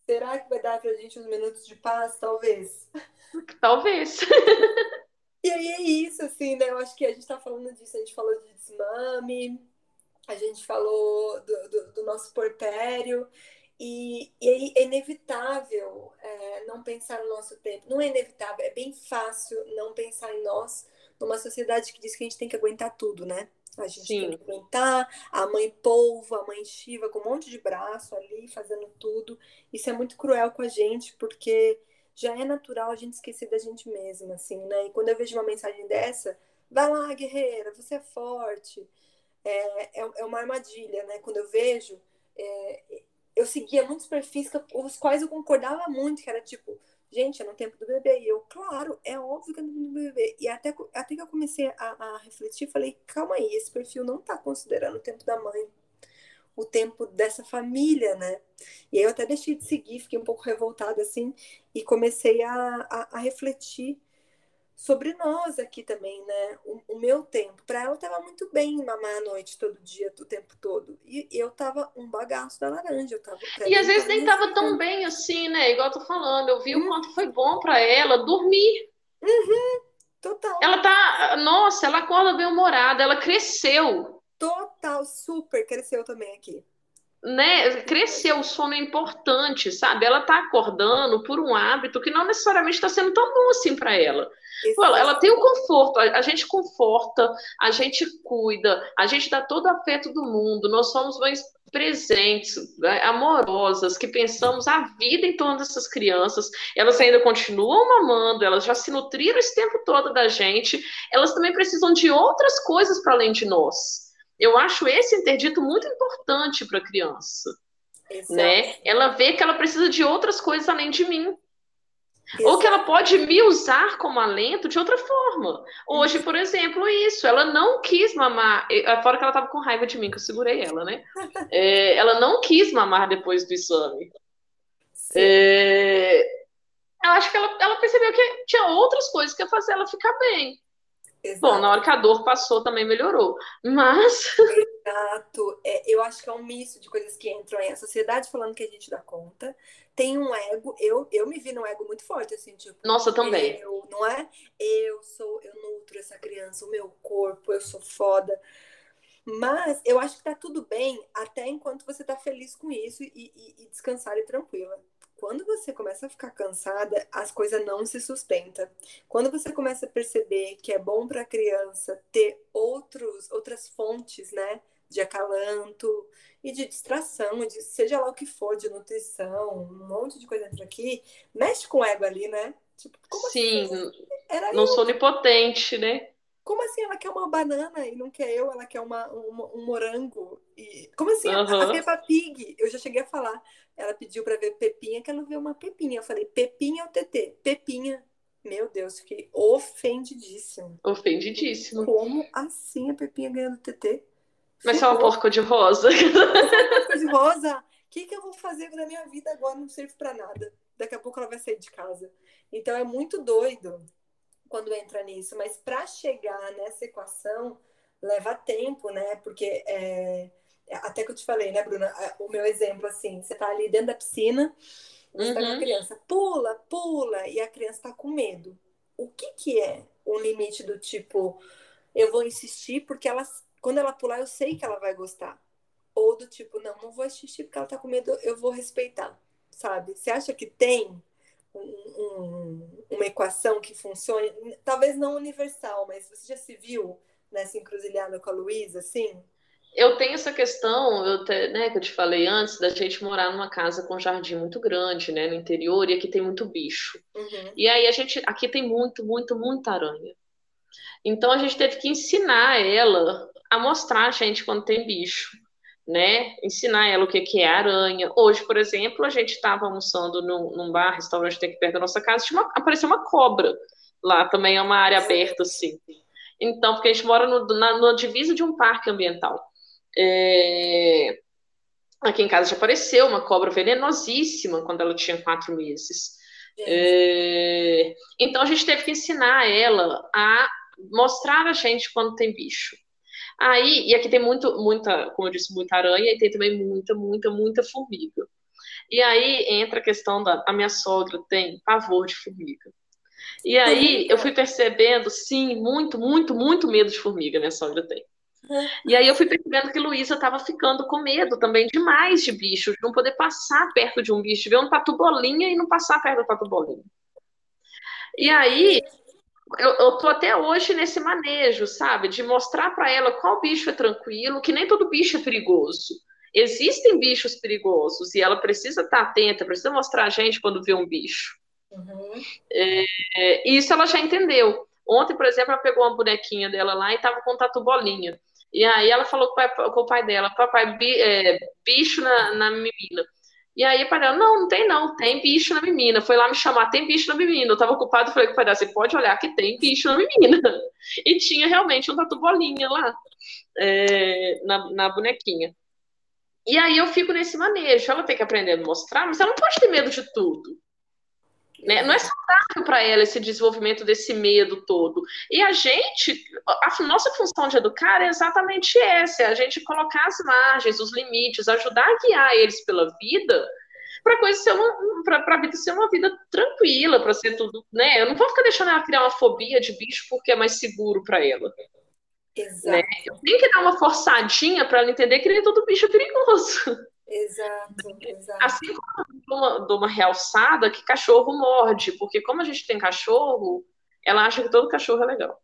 Será que vai dar pra gente uns minutos de paz? Talvez. Talvez. E aí é isso, assim, né? Eu acho que a gente tá falando disso, a gente falou de desmame, a gente falou do, do, do nosso porpério, e, e aí é inevitável é, não pensar no nosso tempo. Não é inevitável, é bem fácil não pensar em nós numa sociedade que diz que a gente tem que aguentar tudo, né? A gente tem Sim. que aguentar a mãe polvo, a mãe Shiva com um monte de braço ali, fazendo tudo. Isso é muito cruel com a gente, porque já é natural a gente esquecer da gente mesma, assim, né? E quando eu vejo uma mensagem dessa, vai lá, guerreira, você é forte. É, é, é uma armadilha, né? Quando eu vejo, é, eu seguia muitos perfis com os quais eu concordava muito, que era tipo, gente, é no tempo do bebê. E eu, claro, é óbvio que é no tempo do bebê. E até, até que eu comecei a, a refletir, falei, calma aí, esse perfil não tá considerando o tempo da mãe, o tempo dessa família, né? E aí eu até deixei de seguir, fiquei um pouco revoltada assim, e comecei a, a, a refletir sobre nós aqui também, né? O, o meu tempo. Para ela tava muito bem mamar à noite todo dia, o tempo todo. E eu tava um bagaço da laranja. Eu tava, pra E mim, às não vezes tava nem nem tava tão esquentando. bem assim, né? Igual eu tô falando, eu vi o Hum, quanto foi bom pra ela dormir. total, Ela tá, nossa, ela acorda bem-humorada, ela cresceu, total, super cresceu também aqui. né? Cresceu, o sono é importante, sabe? Ela tá acordando por um hábito que não necessariamente está sendo tão bom assim para ela. Pô, ela, ela tem o Exato. conforto, a, a gente conforta, a gente cuida, a gente dá todo o afeto do mundo, nós somos mães presentes, né, amorosas, que pensamos a vida em torno dessas crianças, elas ainda continuam mamando, elas já se nutriram esse tempo todo da gente, elas também precisam de outras coisas para além de nós. Eu acho esse interdito muito importante para a criança, Exato. né? Ela vê que ela precisa de outras coisas além de mim. Ou que ela Exato. pode me usar como alento de outra forma. Hoje, por exemplo, isso. Ela não quis mamar. Fora que ela estava com raiva de mim, que eu segurei ela, né? É, ela não quis mamar depois do exame. Sim, É, eu acho que ela, ela percebeu que tinha outras coisas que ia fazer ela ficar bem. Bom, na exato. hora que a dor passou, também melhorou. Mas, Exato. É, eu acho que é um misto de coisas que entram aí. A sociedade falando que a gente dá conta. Tem um ego. Eu, eu me vi num ego muito forte, assim, tipo, nossa, também. eu, não é? Eu sou, eu nutro essa criança, o meu corpo, eu sou foda. Mas eu acho que tá tudo bem até enquanto você tá feliz com isso e, e, e descansada e tranquila. Quando você começa a ficar cansada, as coisas não se sustentam. Quando você começa a perceber que é bom para a criança ter outros, outras fontes, né, de acalanto e de distração, de seja lá o que for, de nutrição, um monte de coisa entra aqui, mexe com o ego ali, né? Tipo, como assim? Sim, Era não eu. sou onipotente, né? Como assim ela quer uma banana e não quer eu? Ela quer uma, uma- um morango. E... Como assim? A, a Aham. Peppa Pig, eu já cheguei a falar. Ela pediu pra ver Pepinha, que ela viu uma Pepinha. Eu falei, Pepinha ou Tetê? Pepinha. Meu Deus, fiquei ofendidíssima. Ofendidíssima. Como assim a Pepinha ganhando Tetê? Mas se ela Ferrou. porca de rosa. Mas se ela for cor-de-rosa, o que, que eu vou fazer na minha vida agora? Não serve pra nada. Daqui a pouco ela vai sair de casa. Então é muito doido quando entra nisso, mas para chegar nessa equação leva tempo, né? Porque é, até que eu te falei, né, Bruna? O meu exemplo, assim, você tá ali dentro da piscina, você tá com a Uhum. criança, pula, pula, e a criança tá com medo. O que que é um limite do tipo, eu vou insistir porque ela, quando ela pular, eu sei que ela vai gostar. Ou do tipo, não, não vou assistir porque ela tá com medo, eu vou respeitar, sabe? Você acha que tem um, um, uma equação que funcione, talvez não universal, mas você já se viu nessa encruzilhada com a Luísa, assim? Eu tenho essa questão, eu te- né, que eu te falei antes, da gente morar numa casa com jardim muito grande, né, no interior, e aqui tem muito bicho. Uhum. E aí a gente, aqui tem muito, muito, muita aranha. Então a gente teve que ensinar ela a mostrar a gente quando tem bicho, né? Ensinar ela o que que é aranha. Hoje, por exemplo, a gente estava almoçando num, num bar, restaurante aqui perto da nossa casa, tinha uma- apareceu uma cobra. Lá também é uma área Meu aberta, Deus. assim. Então, porque a gente mora no, na, na divisa de um parque ambiental. É, aqui em casa já apareceu uma cobra venenosíssima quando ela tinha quatro meses. Gente, É, então a gente teve que ensinar ela a mostrar a gente quando tem bicho. Aí, e aqui tem muito, muita, como eu disse, muita aranha e tem também muita, muita, muita formiga. E aí entra a questão da a minha sogra tem pavor de formiga. E aí eu fui percebendo, sim, muito, muito, muito medo de formiga, minha sogra tem. E aí eu fui percebendo que Luísa estava ficando com medo também demais de bicho, de não poder passar perto de um bicho, de ver um tatu-bolinha e não passar perto do tatu-bolinha. E aí eu, eu tô até hoje nesse manejo, sabe? De mostrar para ela qual bicho é tranquilo, que nem todo bicho é perigoso. Existem bichos perigosos e ela precisa estar atenta, precisa mostrar a gente quando vê um bicho. Uhum. É, isso ela já entendeu. Ontem, por exemplo, ela pegou uma bonequinha dela lá e tava com tatu-bolinha. E aí ela falou com o pai, com o pai dela, papai, bi, é, bicho na, na menina. E aí o pai dela, não, não tem não, tem bicho na menina. Foi lá me chamar, tem bicho na menina. Eu tava ocupado, falei com o pai dela, você pode olhar que tem bicho na menina. E tinha realmente um tatu-bolinha lá, é, na, na bonequinha. E aí eu fico nesse manejo, ela tem que aprender a mostrar, mas ela não pode ter medo de tudo. Né? Não é saudável para ela esse desenvolvimento desse medo todo. E a gente, a nossa função de educar é exatamente essa: é a gente colocar as margens, os limites, ajudar a guiar eles pela vida, para coisa ser uma, para a vida ser uma vida tranquila, para ser tudo, né? Eu não vou ficar deixando ela criar uma fobia de bicho porque é mais seguro para ela. Exato. Né? Eu tenho que dar uma forçadinha para ela entender que nem todo bicho é perigoso. Exato, exato. Assim como eu dou uma, dou uma realçada que cachorro morde, porque como a gente tem cachorro, ela acha que todo cachorro é legal.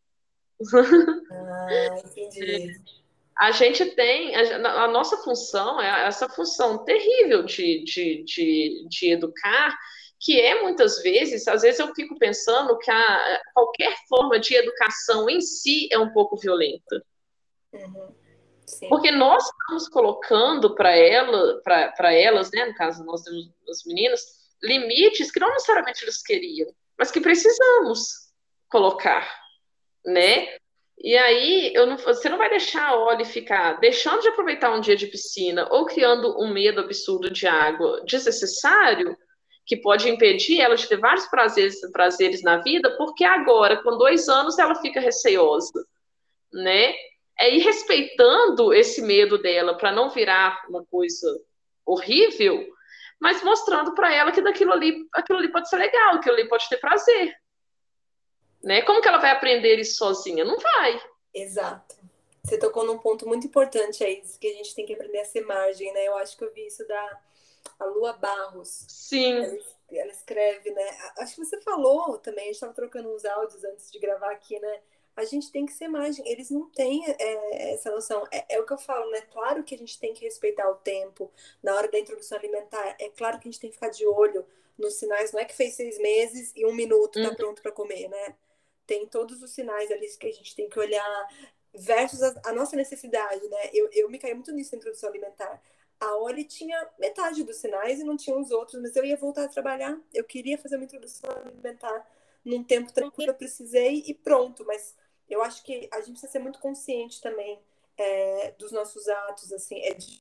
Ah, entendi. A gente tem, a, a nossa função é essa função terrível de, de, de, de educar, que é muitas vezes, às vezes eu fico pensando que a, qualquer forma de educação em si é um pouco violenta. Uhum. Sim. Porque nós estamos colocando para ela, para elas, né, no caso nós temos as meninas, limites que não necessariamente eles queriam, mas que precisamos colocar, né? E aí eu não, você não vai deixar a Oli ficar deixando de aproveitar um dia de piscina ou criando um medo absurdo de água desnecessário, que pode impedir ela de ter vários prazeres, prazeres na vida, porque agora, com dois anos, ela fica receosa, né? É ir respeitando esse medo dela para não virar uma coisa horrível, mas mostrando para ela que daquilo ali, aquilo ali pode ser legal, aquilo ali pode ter prazer. Né? Como que ela vai aprender isso sozinha? Não vai. Exato. Você tocou num ponto muito importante aí, que a gente tem que aprender a ser margem, né? Eu acho que eu vi isso da a Lua Barros. Sim. Ela, ela escreve, né? Acho que você falou também, a gente estava trocando uns áudios antes de gravar aqui, né? A gente tem que ser margem. Eles não têm é, essa noção. É, é o que eu falo, né? Claro que a gente tem que respeitar o tempo na hora da introdução alimentar. É claro que a gente tem que ficar de olho nos sinais. Não é que fez seis meses e um minuto tá Uhum. pronto para comer, né? Tem todos os sinais ali que a gente tem que olhar versus a, a nossa necessidade, né? Eu, eu me caí muito nisso na introdução alimentar. A Oli tinha metade dos sinais e não tinha os outros, mas eu ia voltar a trabalhar. Eu queria fazer uma introdução alimentar num tempo tranquilo, eu precisei e pronto. Mas eu acho que a gente precisa ser muito consciente também é, dos nossos atos, assim, é de...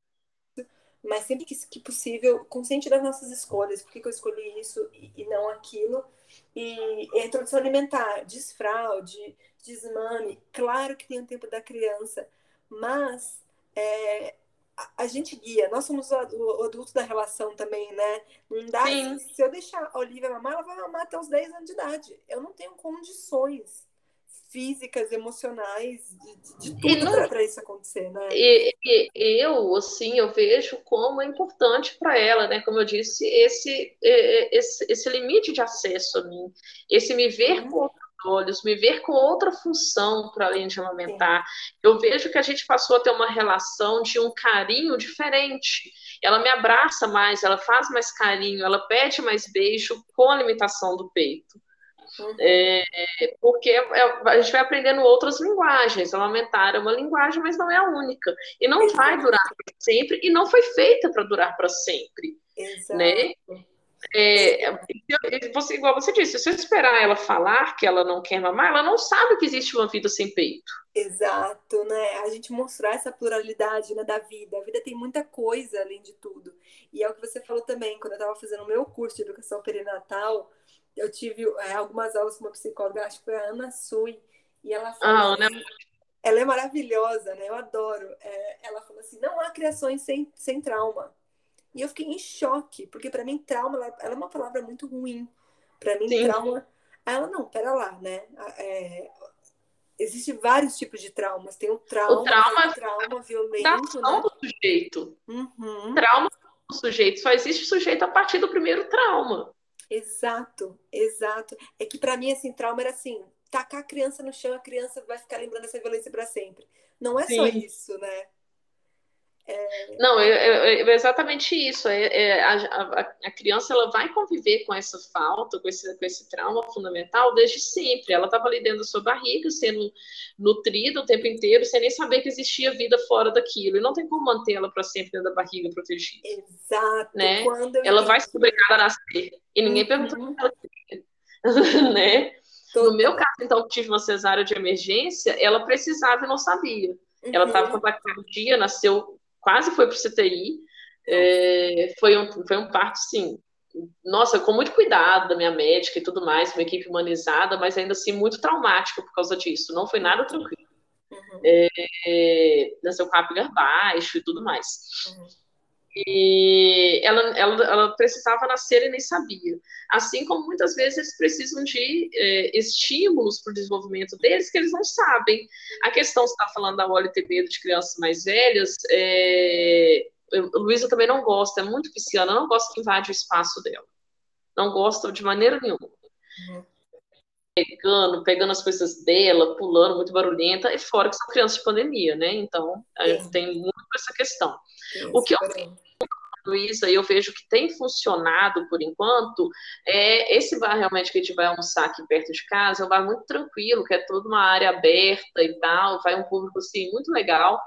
mas sempre que, que possível, consciente das nossas escolhas. Por que, que eu escolhi isso e, e não aquilo? E a introdução alimentar, desfraude, desmame, claro que tem o tempo da criança, mas é, a, a gente guia, nós somos o, o adulto da relação também, né? Não dá, Sim. se, se eu deixar a Olivia mamar, ela vai mamar até os dez anos de idade. Eu não tenho condições físicas, emocionais, de, de tudo não... para isso acontecer, né? E, e eu, assim, eu vejo como é importante para ela, né? Como eu disse, esse, esse, esse limite de acesso a mim, esse me ver uhum. com outros olhos, me ver com outra função para além de amamentar. Sim. Eu vejo que a gente passou a ter uma relação de um carinho diferente. Ela me abraça mais, ela faz mais carinho, ela pede mais beijo com a limitação do peito. Uhum. É, porque a gente vai aprendendo outras linguagens. Amamentar é uma linguagem, mas não é a única. E não Exato. Vai durar para sempre, e não foi feita para durar para sempre. Exato. Né? É, você, igual você disse, se eu esperar ela falar que ela não quer mamar, ela não sabe que existe uma vida sem peito. Exato, né? A gente mostrar essa pluralidade, né, da vida. A vida tem muita coisa além de tudo. E é o que você falou também, quando eu estava fazendo o meu curso de educação perinatal, eu tive é, algumas aulas com uma psicóloga, acho que foi a Ana Sui, e ela falou, ah, assim, ela é maravilhosa, né? Eu adoro. É, ela falou assim, não há criações sem, sem trauma. E eu fiquei em choque, porque para mim trauma, ela, ela é uma palavra muito ruim. Para mim, Sim. trauma... Aí ela, não, pera lá, né? É, existem vários tipos de traumas. Tem o trauma, O trauma que é trauma é violento, a né? do sujeito. Uhum. Trauma do sujeito. Só existe sujeito a partir do primeiro trauma. Exato, exato. É que para mim, assim, trauma era assim, tacar a criança no chão, a criança vai ficar lembrando dessa violência para sempre. Não é só Sim. isso, né? É... Não, é, é, é exatamente isso. É, é, a, a, a criança ela vai conviver com essa falta, com esse, com esse trauma fundamental desde sempre. Ela estava ali dentro da sua barriga, sendo nutrida o tempo inteiro, sem nem saber que existia vida fora daquilo. E não tem como manter ela para sempre dentro da barriga protegida. Exato. Né? Quando eu Ela entendi... vai ser obrigada a nascer. E ninguém uhum. perguntou se ela queria. Né? No meu caso, então, que tive uma cesárea de emergência, ela precisava e não sabia. Uhum. Ela estava com taquicardia, nasceu, quase foi para o C T I. É, foi, um, foi um parto, sim. Nossa, com muito cuidado da minha médica e tudo mais, uma equipe humanizada, mas ainda assim muito traumático por causa disso. Não foi nada tranquilo. Uhum. É, é, nasceu com Apgar baixo e tudo mais. Uhum. E ela, ela, ela precisava nascer e nem sabia. Assim como muitas vezes eles precisam de é, estímulos para o desenvolvimento deles que eles não sabem. A questão, você está falando da Oli ter medo de crianças mais velhas, é, a Luísa também não gosta, é muito pisciana, não gosta que invade o espaço dela. Não gosta de maneira nenhuma. Uhum. Pegando, pegando as coisas dela, pulando, muito barulhenta, e fora que são crianças de pandemia, né? Então, Sim. tem muito essa questão. Sim, o que eu Luísa, e eu vejo que tem funcionado por enquanto, é esse bar realmente que a gente vai almoçar aqui perto de casa, é um bar muito tranquilo, que é toda uma área aberta e tal, vai um público assim muito legal.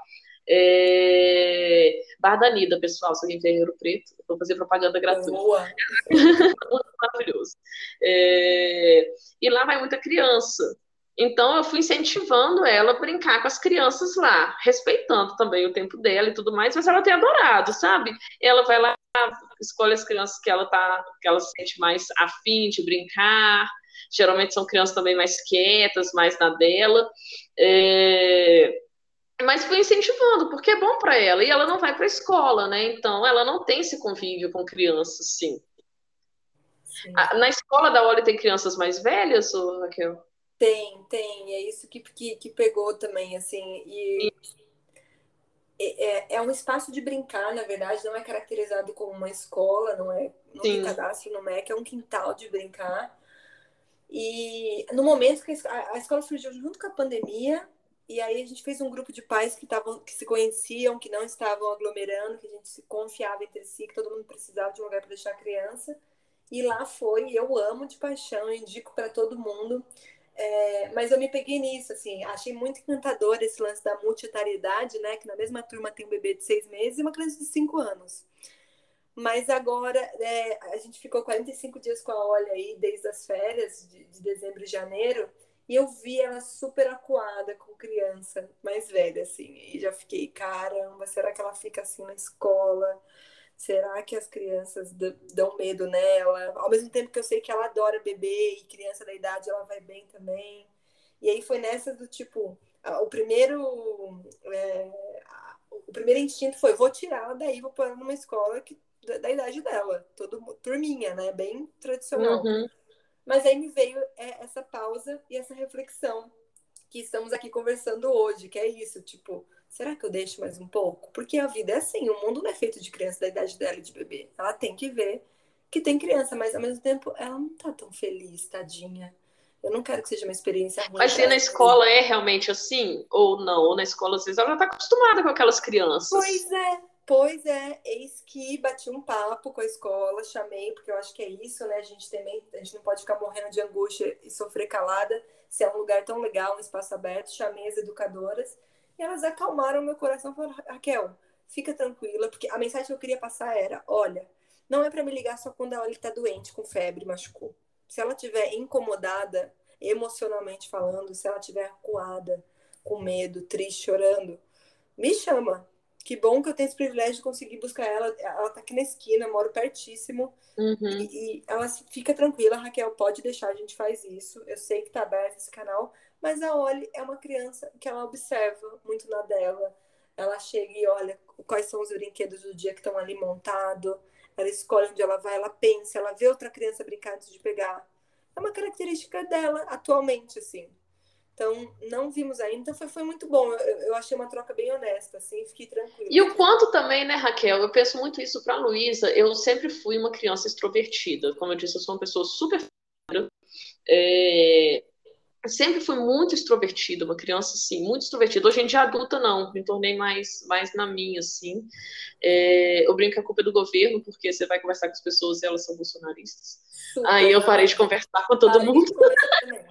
É... Bar da Nida, pessoal, se alguém tem Ouro Preto, eu vou fazer propaganda gratuita. Boa! Muito maravilhoso. É... E lá vai muita criança. Então, eu fui incentivando ela a brincar com as crianças lá, respeitando também o tempo dela e tudo mais, mas ela tem adorado, sabe? Ela vai lá, escolhe as crianças que ela, tá, que ela se sente mais afim de brincar. Geralmente são crianças também mais quietas, mais na dela. É... Mas fui incentivando, porque é bom para ela. E ela não vai para a escola, né? Então, ela não tem esse convívio com crianças, sim. sim. Na escola da Oli tem crianças mais velhas, ou, Raquel? Tem, tem. É isso que, que, que pegou também, assim. E é, é um espaço de brincar, na verdade, não é caracterizado como uma escola, não é, não tem cadastro no M E C, é um quintal de brincar. E no momento que a, a escola surgiu junto com a pandemia, e aí a gente fez um grupo de pais que, tavam, que se conheciam, que não estavam aglomerando, que a gente se confiava entre si, que todo mundo precisava de um lugar para deixar a criança. E lá foi, eu amo de paixão, eu indico para todo mundo. É, mas eu me peguei nisso, assim, achei muito encantador esse lance da multitariedade, né? Que na mesma turma tem um bebê de seis meses e uma criança de cinco anos. Mas agora, é, a gente ficou quarenta e cinco dias com a Olha aí, desde as férias de, de dezembro e janeiro, e eu vi ela super acuada com criança mais velha, assim, e já fiquei, caramba, será que ela fica assim na escola? Será que as crianças dão medo nela? Ao mesmo tempo que eu sei que ela adora bebê e criança da idade, ela vai bem também. E aí foi nessa do tipo, o primeiro, é, o primeiro instinto foi, vou tirar ela daí, vou pôr ela numa escola que, da, da idade dela, todo, turminha, né? Bem tradicional. Uhum. Mas aí me veio essa pausa e essa reflexão que estamos aqui conversando hoje, que é isso, tipo, será que eu deixo mais um pouco? Porque a vida é assim, o mundo não é feito de criança da idade dela e de bebê. Ela tem que ver que tem criança, mas ao mesmo tempo ela não tá tão feliz, tadinha. Eu não quero que seja uma experiência ruim. Mas se na escola é realmente assim, ou não, ou na escola às vezes ela já tá acostumada com aquelas crianças. Pois é, pois é. Eis que bati um papo com a escola, chamei, porque eu acho que é isso, né? A gente também, a gente não pode ficar morrendo de angústia e sofrer calada. Se é um lugar tão legal, um espaço aberto, chamei as educadoras e elas acalmaram meu coração. Falaram, Raquel, fica tranquila, porque a mensagem que eu queria passar era, olha, não é para me ligar só quando a Oli tá doente, com febre, machucou. Se ela estiver incomodada, emocionalmente falando, se ela estiver acuada, com medo, triste, chorando, me chama. Que bom que eu tenho esse privilégio de conseguir buscar ela. Ela tá aqui na esquina, eu moro pertíssimo. Uhum. E, e ela fica tranquila, Raquel, pode deixar, a gente faz isso. Eu sei que tá aberto esse canal, mas a Oli é uma criança que ela observa muito na dela. ela chega e olha quais são os brinquedos do dia que estão ali montados, ela escolhe onde ela vai, ela pensa, ela vê outra criança brincar antes de pegar. É uma característica dela atualmente, assim. Então, não vimos ainda, então foi, foi muito bom. Eu, eu achei uma troca bem honesta, assim, fiquei tranquila. E o quanto também, né, Raquel? Eu penso muito isso para a Luísa. Eu sempre fui uma criança extrovertida. Como eu disse, eu sou uma pessoa super. É, sempre fui muito extrovertida, uma criança assim, muito extrovertida. Hoje em dia adulta não, me tornei mais, mais na minha, assim. É, eu brinco que a culpa é do governo, porque você vai conversar com as pessoas e elas são bolsonaristas. Super, Aí eu parei né? de conversar com todo Parei mundo. de conversar também.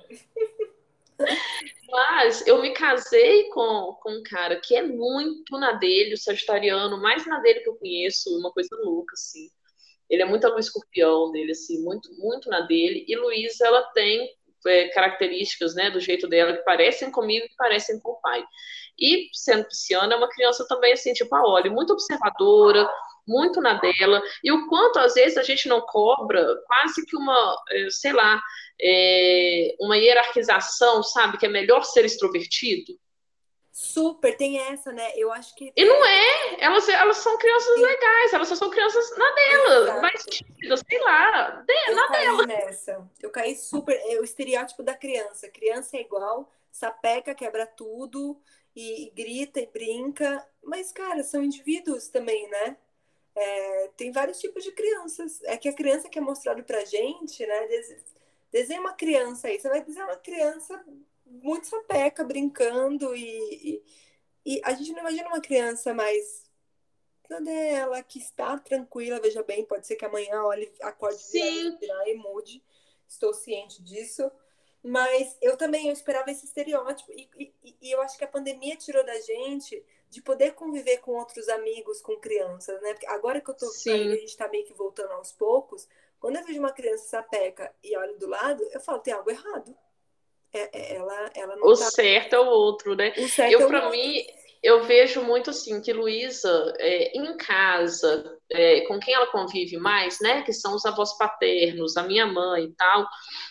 Mas eu me casei com, com um cara que é muito na dele, o sagitariano, mais na dele que eu conheço, uma coisa louca, assim. Ele é muito a lua escorpião dele, assim, muito, muito na dele. E Luísa, ela tem é, características, né, do jeito dela, que parecem comigo e parecem com o pai. E, sendo pisciana, é uma criança também, assim, tipo a Ollie, muito observadora, muito na dela. E o quanto, às vezes, a gente não cobra quase que uma, é, sei lá, é, uma hierarquização, sabe, que é melhor ser extrovertido. Super, tem essa, né? Eu acho que. E não é, elas, elas são crianças Sim. legais, elas só são crianças na dela, Exato. mais tímidas, sei lá, de, Eu na caí dela. nessa. Eu caí super. É o estereótipo da criança. Criança é igual, sapeca, quebra tudo e, e grita e brinca. Mas, cara, são indivíduos também, né? É, tem vários tipos de crianças. É que a criança que é mostrado pra gente, né? Desenha uma criança aí. Você vai desenhar uma criança muito sapeca, brincando e, e, e a gente não imagina uma criança mais na dela, que está tranquila, veja bem, pode ser que amanhã olhe, acorde Sim, virar e mude, estou ciente disso, mas eu também eu esperava esse estereótipo, e, e, e eu acho que a pandemia tirou da gente de poder conviver com outros amigos, com crianças, né? Porque agora que eu tô ainda, a sim. gente tá meio que voltando aos poucos, quando eu vejo uma criança sapeca e olho do lado, eu falo, tem algo errado. É, é, ela, ela não O tá. certo é o outro, né? O certo Eu, é o para outro. mim, eu vejo muito assim que Luísa, é, em casa, é, com quem ela convive mais, né? Que são os avós paternos, a minha mãe e tal.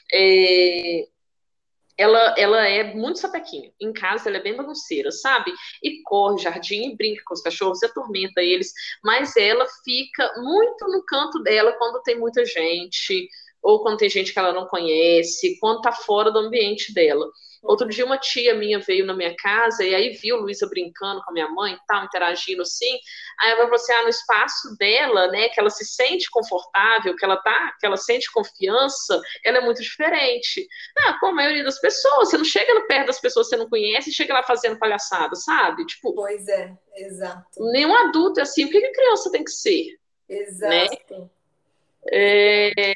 É, ela, ela é muito sapequinha. Em casa, ela é bem bagunceira, sabe? E corre jardim e brinca com os cachorros e atormenta eles. Mas ela fica muito no canto dela quando tem muita gente, ou quando tem gente que ela não conhece, quando tá fora do ambiente dela. Outro Uhum. dia, uma tia minha veio na minha casa e aí viu Luísa brincando com a minha mãe, tal, interagindo assim. Aí ela falou assim: ah, no espaço dela, né, que ela se sente confortável, que ela tá, que ela sente confiança, ela é muito diferente. Ah, com a maioria das pessoas, você não chega no perto das pessoas que você não conhece e chega lá fazendo palhaçada, sabe? Tipo, Pois é, exato. nenhum adulto é assim, por que a criança tem que ser, né? Exato. É,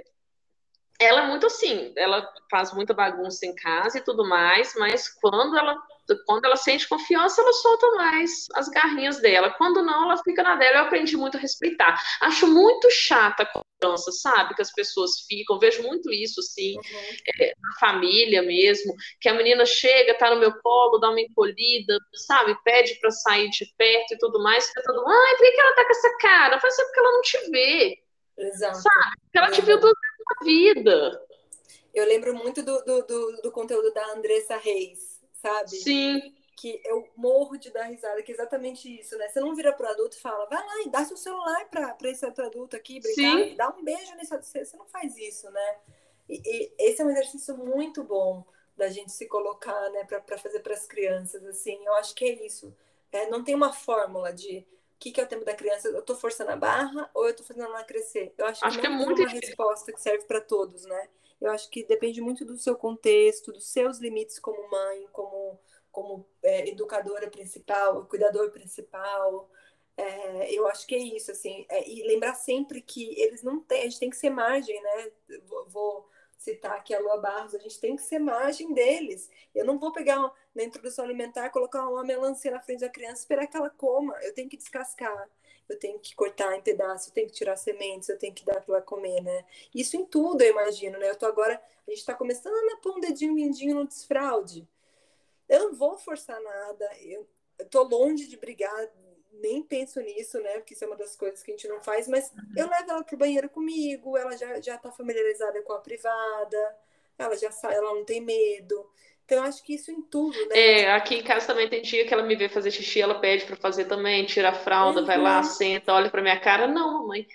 ela é muito assim, ela faz muita bagunça em casa e tudo mais, mas quando ela, quando ela sente confiança, ela solta mais as garrinhas dela. Quando não, ela fica na dela. Eu aprendi muito a respeitar. Acho muito chata a confiança, sabe? Que as pessoas ficam. Vejo muito isso, assim, Uhum. é, na família mesmo, que a menina chega, tá no meu colo, dá uma encolhida, sabe? Pede pra sair de perto e tudo mais. Fica todo mundo, ai, por que que ela tá com essa cara? Eu falo assim, "É porque ela não te vê, Exato. sabe? Porque ela te viu Uhum. duas vezes na vida." Eu lembro muito do, do, do, do conteúdo da Andressa Reis, sabe? Sim, Que eu morro de dar risada, que é exatamente isso, né? Você não vira pro adulto e fala, vai lá e dá seu celular pra, pra esse outro adulto aqui brincar, sim. dá um beijo nesse adulto. Você, você não faz isso, né? E, e esse é um exercício muito bom da gente se colocar, né, pra, pra fazer pras crianças, assim. Eu acho que é isso. É, não tem uma fórmula de o que, que é o tempo da criança, eu tô forçando a barra ou eu tô fazendo ela crescer. Eu acho que Acho que é não tem muito uma individual. resposta que serve para todos, né? Eu acho que depende muito do seu contexto, dos seus limites como mãe, como, como é, educadora principal, cuidador principal. É, eu acho que é isso, assim. É, e lembrar sempre que eles não têm, a gente tem que ser margem, né? Vou, vou citar aqui a Lua Barros, a gente tem que ser margem deles. Eu não vou pegar uma, na introdução alimentar, colocar uma melancia na frente da criança e esperar que ela coma. Eu tenho que descascar, eu tenho que cortar em pedaços, eu tenho que tirar sementes, eu tenho que dar para ela comer, né? Isso em tudo, eu imagino, né? Eu tô agora, a gente está começando a pôr um dedinho mindinho no desfraude. Eu não vou forçar nada, eu, eu tô longe de brigar, nem penso nisso, né? Porque isso é uma das coisas que a gente não faz, mas eu levo ela pro banheiro comigo, ela já, já tá familiarizada com a privada, ela já sai, ela não tem medo. Então, eu acho que isso em tudo, né? É, aqui em casa também tem dia que ela me vê fazer xixi, ela pede para fazer também, tira a fralda, vai lá, Uhum. senta, olha pra minha cara. Não, mamãe.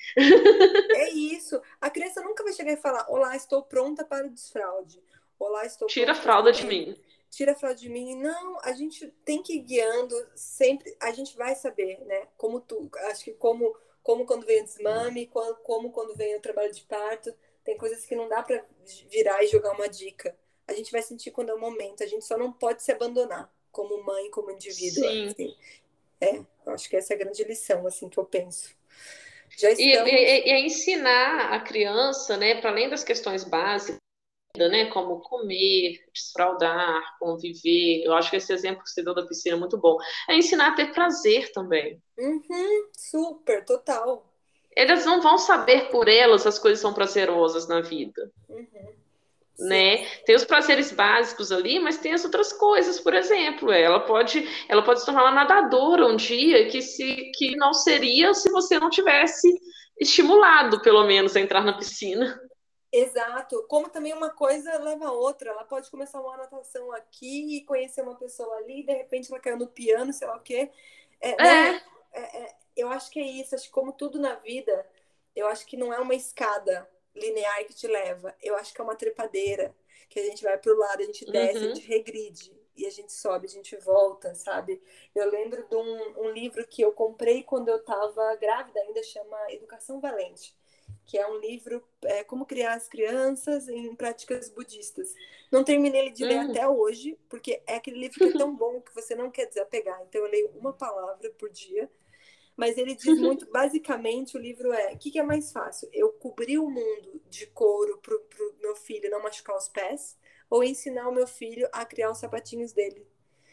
É isso. A criança nunca vai chegar e falar: olá, estou pronta para o desfraude. Olá, estou Tira a pronta para fralda de fazer. mim. Tira a fralda de mim. Não, a gente tem que ir guiando sempre. A gente vai saber, né? Como tu, acho que como, como quando vem o desmame, como, como quando vem o trabalho de parto, tem coisas que não dá para virar e jogar uma dica. A gente vai sentir quando é o momento. A gente só não pode se abandonar como mãe, como indivíduo. Sim. Assim. É, eu acho que essa é a grande lição, assim, que eu penso. Já E, estamos. e, e é ensinar a criança, né, para além das questões básicas, né, como comer, desfraldar, conviver. Eu acho que esse exemplo que você deu da piscina é muito bom. É ensinar a ter prazer também. Uhum, super, total. Elas não vão saber por elas as coisas são prazerosas na vida, Uhum, sim, né? Tem os prazeres básicos ali, mas tem as outras coisas, por exemplo, ela pode, ela pode se tornar uma nadadora um dia que se que não seria se você não tivesse estimulado, pelo menos, a entrar na piscina. exato. Como também uma coisa leva a outra. Ela pode começar uma natação aqui e conhecer uma pessoa ali, e de repente ela caiu no piano, sei lá o quê. É, né? É, É, é, eu acho que é isso. Acho que como tudo na vida, eu acho que não é uma escada linear que te leva. Eu acho que é uma trepadeira, que a gente vai pro lado, a gente desce, a uhum. gente regride. E a gente sobe, a gente volta, sabe? Eu lembro de um, um livro que eu comprei quando eu estava grávida, ainda chama Educação Valente, que é um livro é, Como Criar as Crianças em Práticas Budistas. Não terminei de ler Hum. até hoje, porque é aquele livro que é tão bom que você não quer desapegar. Então eu leio uma palavra por dia, mas ele diz muito, basicamente, o livro é: o que, que é mais fácil? Eu cobrir o mundo de couro para o meu filho não machucar os pés, ou ensinar o meu filho a criar os sapatinhos dele?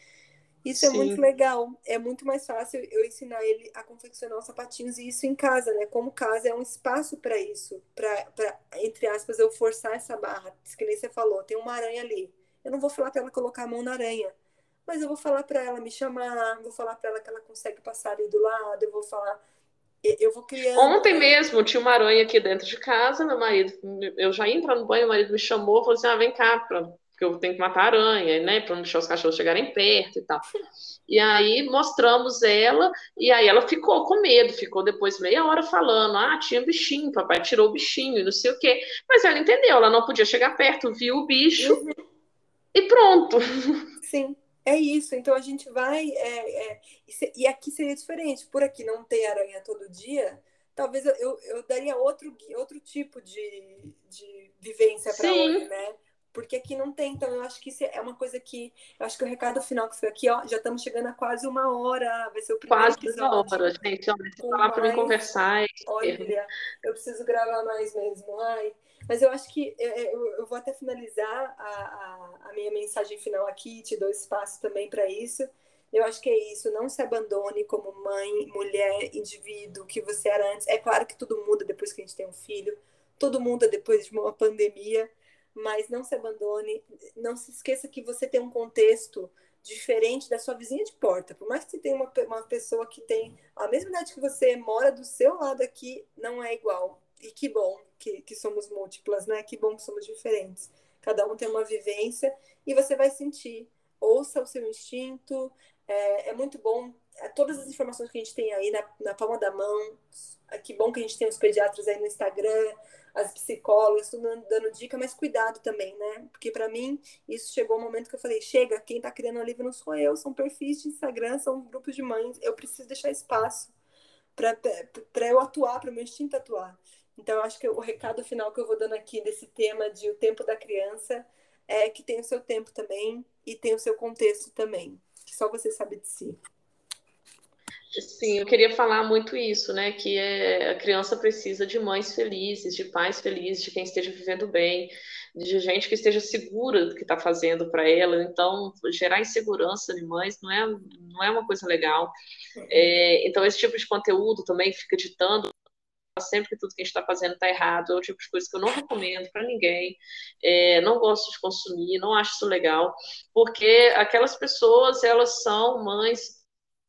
Isso é muito Sim, legal. É muito mais fácil eu ensinar ele a confeccionar os sapatinhos e isso em casa, né? Como casa é um espaço para isso, para, entre aspas, eu forçar essa barra. Que nem você falou, tem uma aranha ali. Eu não vou falar para ela colocar a mão na aranha, mas eu vou falar para ela me chamar, vou falar para ela que ela consegue passar ali do lado, eu vou falar, eu vou criando, ontem né? mesmo tinha uma aranha aqui dentro de casa, meu marido, eu já ia entrar no banho, meu marido me chamou, falou assim, ah, vem cá, pra, porque eu tenho que matar a aranha, né, para não deixar os cachorros chegarem perto e tal. E aí mostramos ela, e aí ela ficou com medo, ficou depois meia hora falando, ah, tinha bichinho, papai tirou o bichinho, e não sei o quê. Mas ela entendeu, ela não podia chegar perto, viu o bicho Uhum. e pronto. Sim, é isso. Então a gente vai. É, é, e, se- e aqui seria diferente. Por aqui não ter aranha todo dia, talvez eu, eu, eu daria outro, gui- outro tipo de, de vivência para Oli, Sim, né? Porque aqui não tem. Então eu acho que isso é uma coisa que. Eu acho que o recado final que foi aqui, ó, já estamos chegando a quase uma hora. Vai ser o primeiro quase uma hora, episódio gente. Olha, se com falar para mim mais. conversar, é erro. Olha, eu preciso gravar mais mesmo. Ai, mas eu acho que é, é, eu, eu vou até finalizar a, a, a minha mensagem final aqui, te dou espaço também para isso. Eu acho que é isso, não se abandone como mãe, mulher, indivíduo que você era antes. É claro que tudo muda depois que a gente tem um filho, tudo muda depois de uma pandemia, mas não se abandone, não se esqueça que você tem um contexto diferente da sua vizinha de porta. Por mais que você tenha uma, uma pessoa que tem a mesma idade que você, mora do seu lado aqui, não é igual. E que bom que, que somos múltiplas, né? Que bom que somos diferentes. Cada um tem uma vivência e você vai sentir. Ouça o seu instinto. É, é muito bom. É, todas as informações que a gente tem aí na, na palma da mão. É, que bom que a gente tem os pediatras aí no Instagram, as psicólogas, tudo dando, dando dica, mas cuidado também, né? Porque para mim, isso chegou um momento que eu falei: chega, quem tá criando o livro não sou eu, são perfis de Instagram, são grupos de mães, eu preciso deixar espaço para eu atuar, para o meu instinto atuar. Então, eu acho que o recado final que eu vou dando aqui desse tema de o tempo da criança é que tem o seu tempo também e tem o seu contexto também, que só você sabe de si. Sim, eu queria falar muito isso, né? Que é, a criança precisa de mães felizes, de pais felizes, de quem esteja vivendo bem, de gente que esteja segura do que está fazendo para ela. Então, gerar insegurança em mães não é, não é uma coisa legal. É, então, esse tipo de conteúdo também fica ditando sempre que tudo que a gente está fazendo está errado. É o tipo de coisa que eu não recomendo para ninguém. É, não gosto de consumir, não acho isso legal, porque aquelas pessoas, elas são mães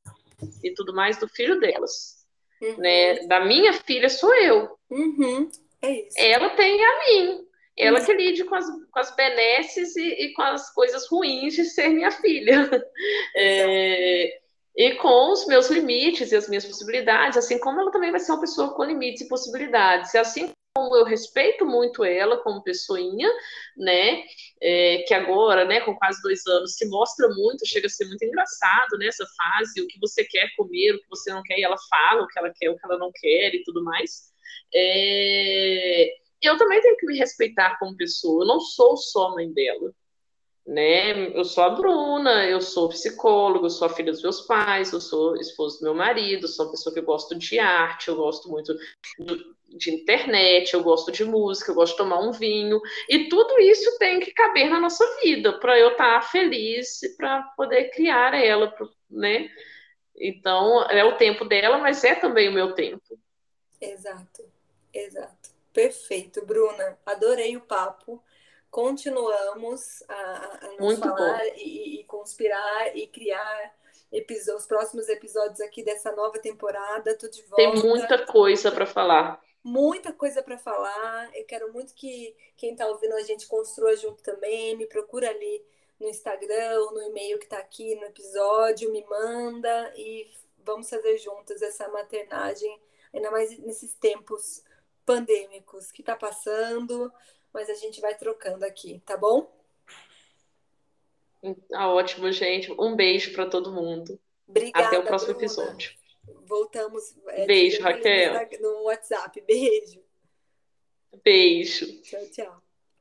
e tudo mais do filho delas, Uhum, né? Da minha filha sou eu. uhum, é isso. Ela tem a mim. ela que lide com as, com as benesses e, e com as coisas ruins de ser minha filha. É, e com os meus limites e as minhas possibilidades, assim como ela também vai ser uma pessoa com limites e possibilidades. E assim como eu respeito muito ela como pessoinha, né, é, que agora, né, com quase dois anos, se mostra muito, chega a ser muito engraçado nessa fase, o que você quer comer, o que você não quer, e ela fala o que ela quer, o que ela não quer e tudo mais. É, eu também tenho que me respeitar como pessoa, eu não sou só mãe dela, né? Eu sou a Bruna, eu sou psicóloga, eu sou a filha dos meus pais, eu sou esposa do meu marido, sou uma pessoa que gosta de arte, eu gosto muito do, de internet, eu gosto de música, eu gosto de tomar um vinho, e tudo isso tem que caber na nossa vida para eu estar feliz e para poder criar ela, né? Então, é o tempo dela, mas é também o meu tempo. Exato, exato. Perfeito, Bruna. Adorei o papo. Continuamos a, a nos Muito falar bom. e, e conspirar e criar episódios, os próximos episódios aqui dessa nova temporada. Tô de volta. Tem muita coisa para falar. Muita coisa para falar. Eu quero muito que quem está ouvindo a gente construa junto também. Me procura ali no Instagram ou no e-mail que está aqui no episódio, me manda e vamos fazer juntos essa maternagem, ainda mais nesses tempos pandêmicos que está passando, mas a gente vai trocando aqui, tá bom? Tá ótimo, gente. Um beijo para todo mundo. Obrigada, Até o próximo Bruna. episódio. Voltamos. É, Beijo, Raquel. No WhatsApp. Beijo. Beijo. Tchau, tchau.